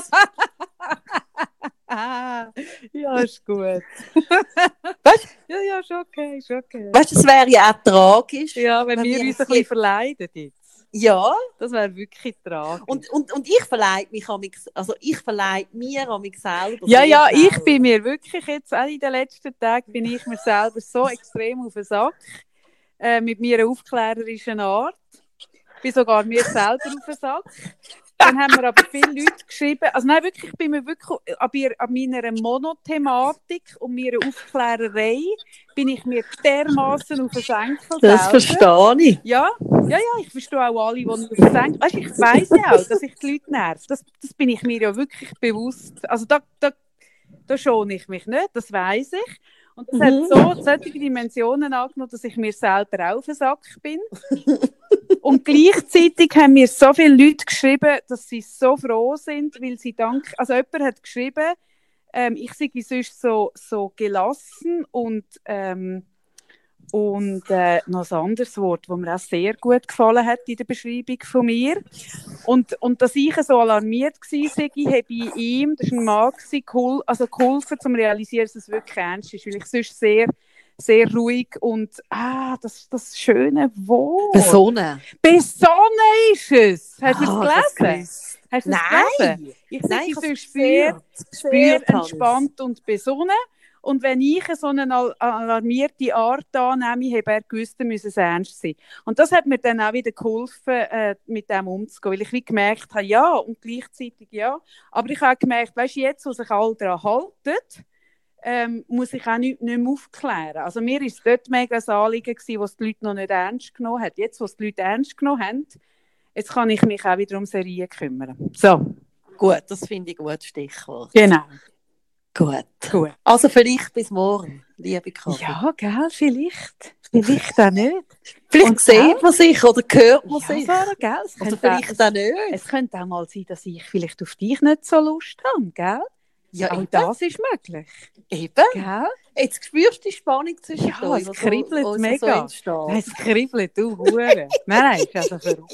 Ja, ist gut. Weißt Ja, ist okay, ist okay. du, es wäre ja auch tragisch. Ja, wenn wir uns ein bisschen jetzt- verleiden jetzt. Ja, Das wäre wirklich tragisch. und ich verleide mich ich verleide mir an mich selber. Ja, sehr ja, schnell. ich bin mir wirklich jetzt, auch in den letzten Tagen, bin ich mir selber so extrem auf den Sack, mit meiner aufklärerischen Art. Ich bin sogar mir selber auf den Sack. Dann haben mir aber viele Leute geschrieben, also nein, wirklich, ich bin mir wirklich an meiner Monothematik und meiner Aufklärerei bin ich mir dermaßen auf den Senkel Das selber. verstehe ich. Ja, ich verstehe auch alle, die mich auf den Senkel... Weißt du, ich weiss ja auch, dass ich die Leute nerv. Das bin ich mir ja wirklich bewusst. Also da schone ich mich nicht, das weiss ich. Und das hat solche Dimensionen angenommen, dass ich mir selber auch auf den Sack bin. Und gleichzeitig haben mir so viele Leute geschrieben, dass sie so froh sind, weil sie also jemand hat geschrieben, ich sei sonst so gelassen und noch ein anderes Wort, das mir auch sehr gut gefallen hat in der Beschreibung von mir. Und dass ich so alarmiert war, habe ich ihm, das war ein Mann, geholfen, um zu realisieren, dass es wirklich ernst ist, weil ich sonst sehr, sehr ruhig und das schöne Wort. Besonnen. Besonnen ist es! Hast du es gelesen? Gewusst. Hast du es Nein! gelesen? Ich Nein, sage ich habe es sonst sehr, sehr Gespürt habe entspannt und besonnen. Und wenn ich so eine alarmierte Art annehme, habe er gewusst, müsse es ernst sein. Und das hat mir dann auch wieder geholfen, mit dem umzugehen. Weil ich wie gemerkt habe, ja, und gleichzeitig ja. Aber ich habe auch gemerkt, weißt du, jetzt, wo sich alle daran halten, muss ich auch nicht mehr aufklären. Also mir war es dort mega ein Anliegen gewesen, was die Leute noch nicht ernst genommen haben. Jetzt, wo es die Leute ernst genommen haben, jetzt kann ich mich auch wieder um Serien kümmern. So. Gut, das finde ich ein gutes Stichwort. Genau. Gut. Also vielleicht bis morgen, liebe Kathi. Ja, gell, vielleicht. Vielleicht auch nicht. Vielleicht Und sieht man sich oder hört man Ja, sich. Sarah, gell? Oder vielleicht auch nicht. Es könnte auch mal sein, dass ich vielleicht auf dich nicht so Lust habe, gell? Ja, Auch eben. das ist möglich. Eben. Gell? Jetzt spürst du die Spannung zwischen Ja, uns, es kribbelt was mega. so entsteht. Nein, es kribbelt, du Hure. Nein, ist also verrückt.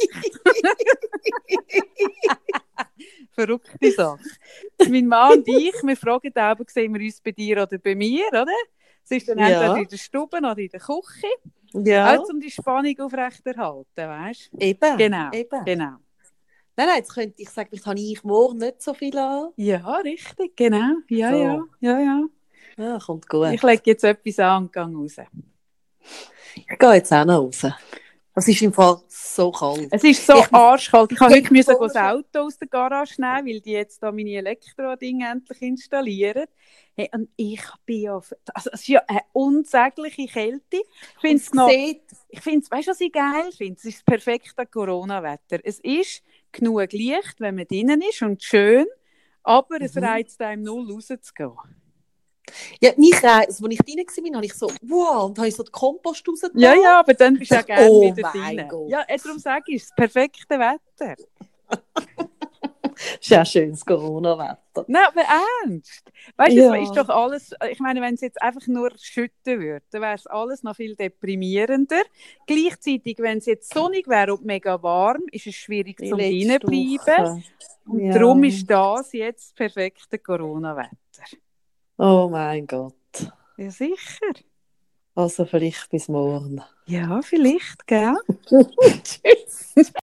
Verrückte Sache. Mein Mann und ich, wir fragen auch, sehen wir uns bei dir oder bei mir, oder? Es ist dann entweder in der Stube oder in der Küche. Ja. Auch um die Spannung aufrechterhalten, weißt du? Eben. Genau. Eben. Genau. Nein, jetzt könnte ich sagen, vielleicht habe ich morgen nicht so viel an. Ja, richtig, genau. Ja, So. ja. Ja, kommt gut. Ich lege jetzt etwas an und gehe raus. Ich gehe jetzt auch noch raus. Es ist im Fall so kalt. Es ist so arschkalt. Ich musste heute voll das Auto aus der Garage nehmen, weil die jetzt da meine Elektro-Dinge endlich installieren. Hey, und ich bin ja... Also es ist ja eine unsägliche Kälte. Ich finde es, weißt du, was ich geil finde? Es ist das perfekte Corona-Wetter. Es ist genug Licht, wenn man drinnen ist und schön, aber es reizt einem null rauszugehen. Ja, mich als ich drin war, habe ich so, wow, und habe ich so den Kompost rausgetan. Ja, aber dann bist du ja gerne Oh wieder mein drin. Gott. Ja, darum sage ich es, das perfekte Wetter. Das ist ja ein schönes Corona-Wetter. Nein, aber ernst. Weißt du, Ja. es ist doch alles, ich meine, wenn es jetzt einfach nur schütten würde, dann wäre es alles noch viel deprimierender. Gleichzeitig, wenn es jetzt sonnig wäre und mega warm, ist es schwierig Wie zum letzte Reinbleiben. Woche. Und Ja. darum ist das jetzt das perfekte Corona-Wetter. Oh mein Gott. Ja, sicher. Also vielleicht bis morgen. Ja, vielleicht, gell? Tschüss.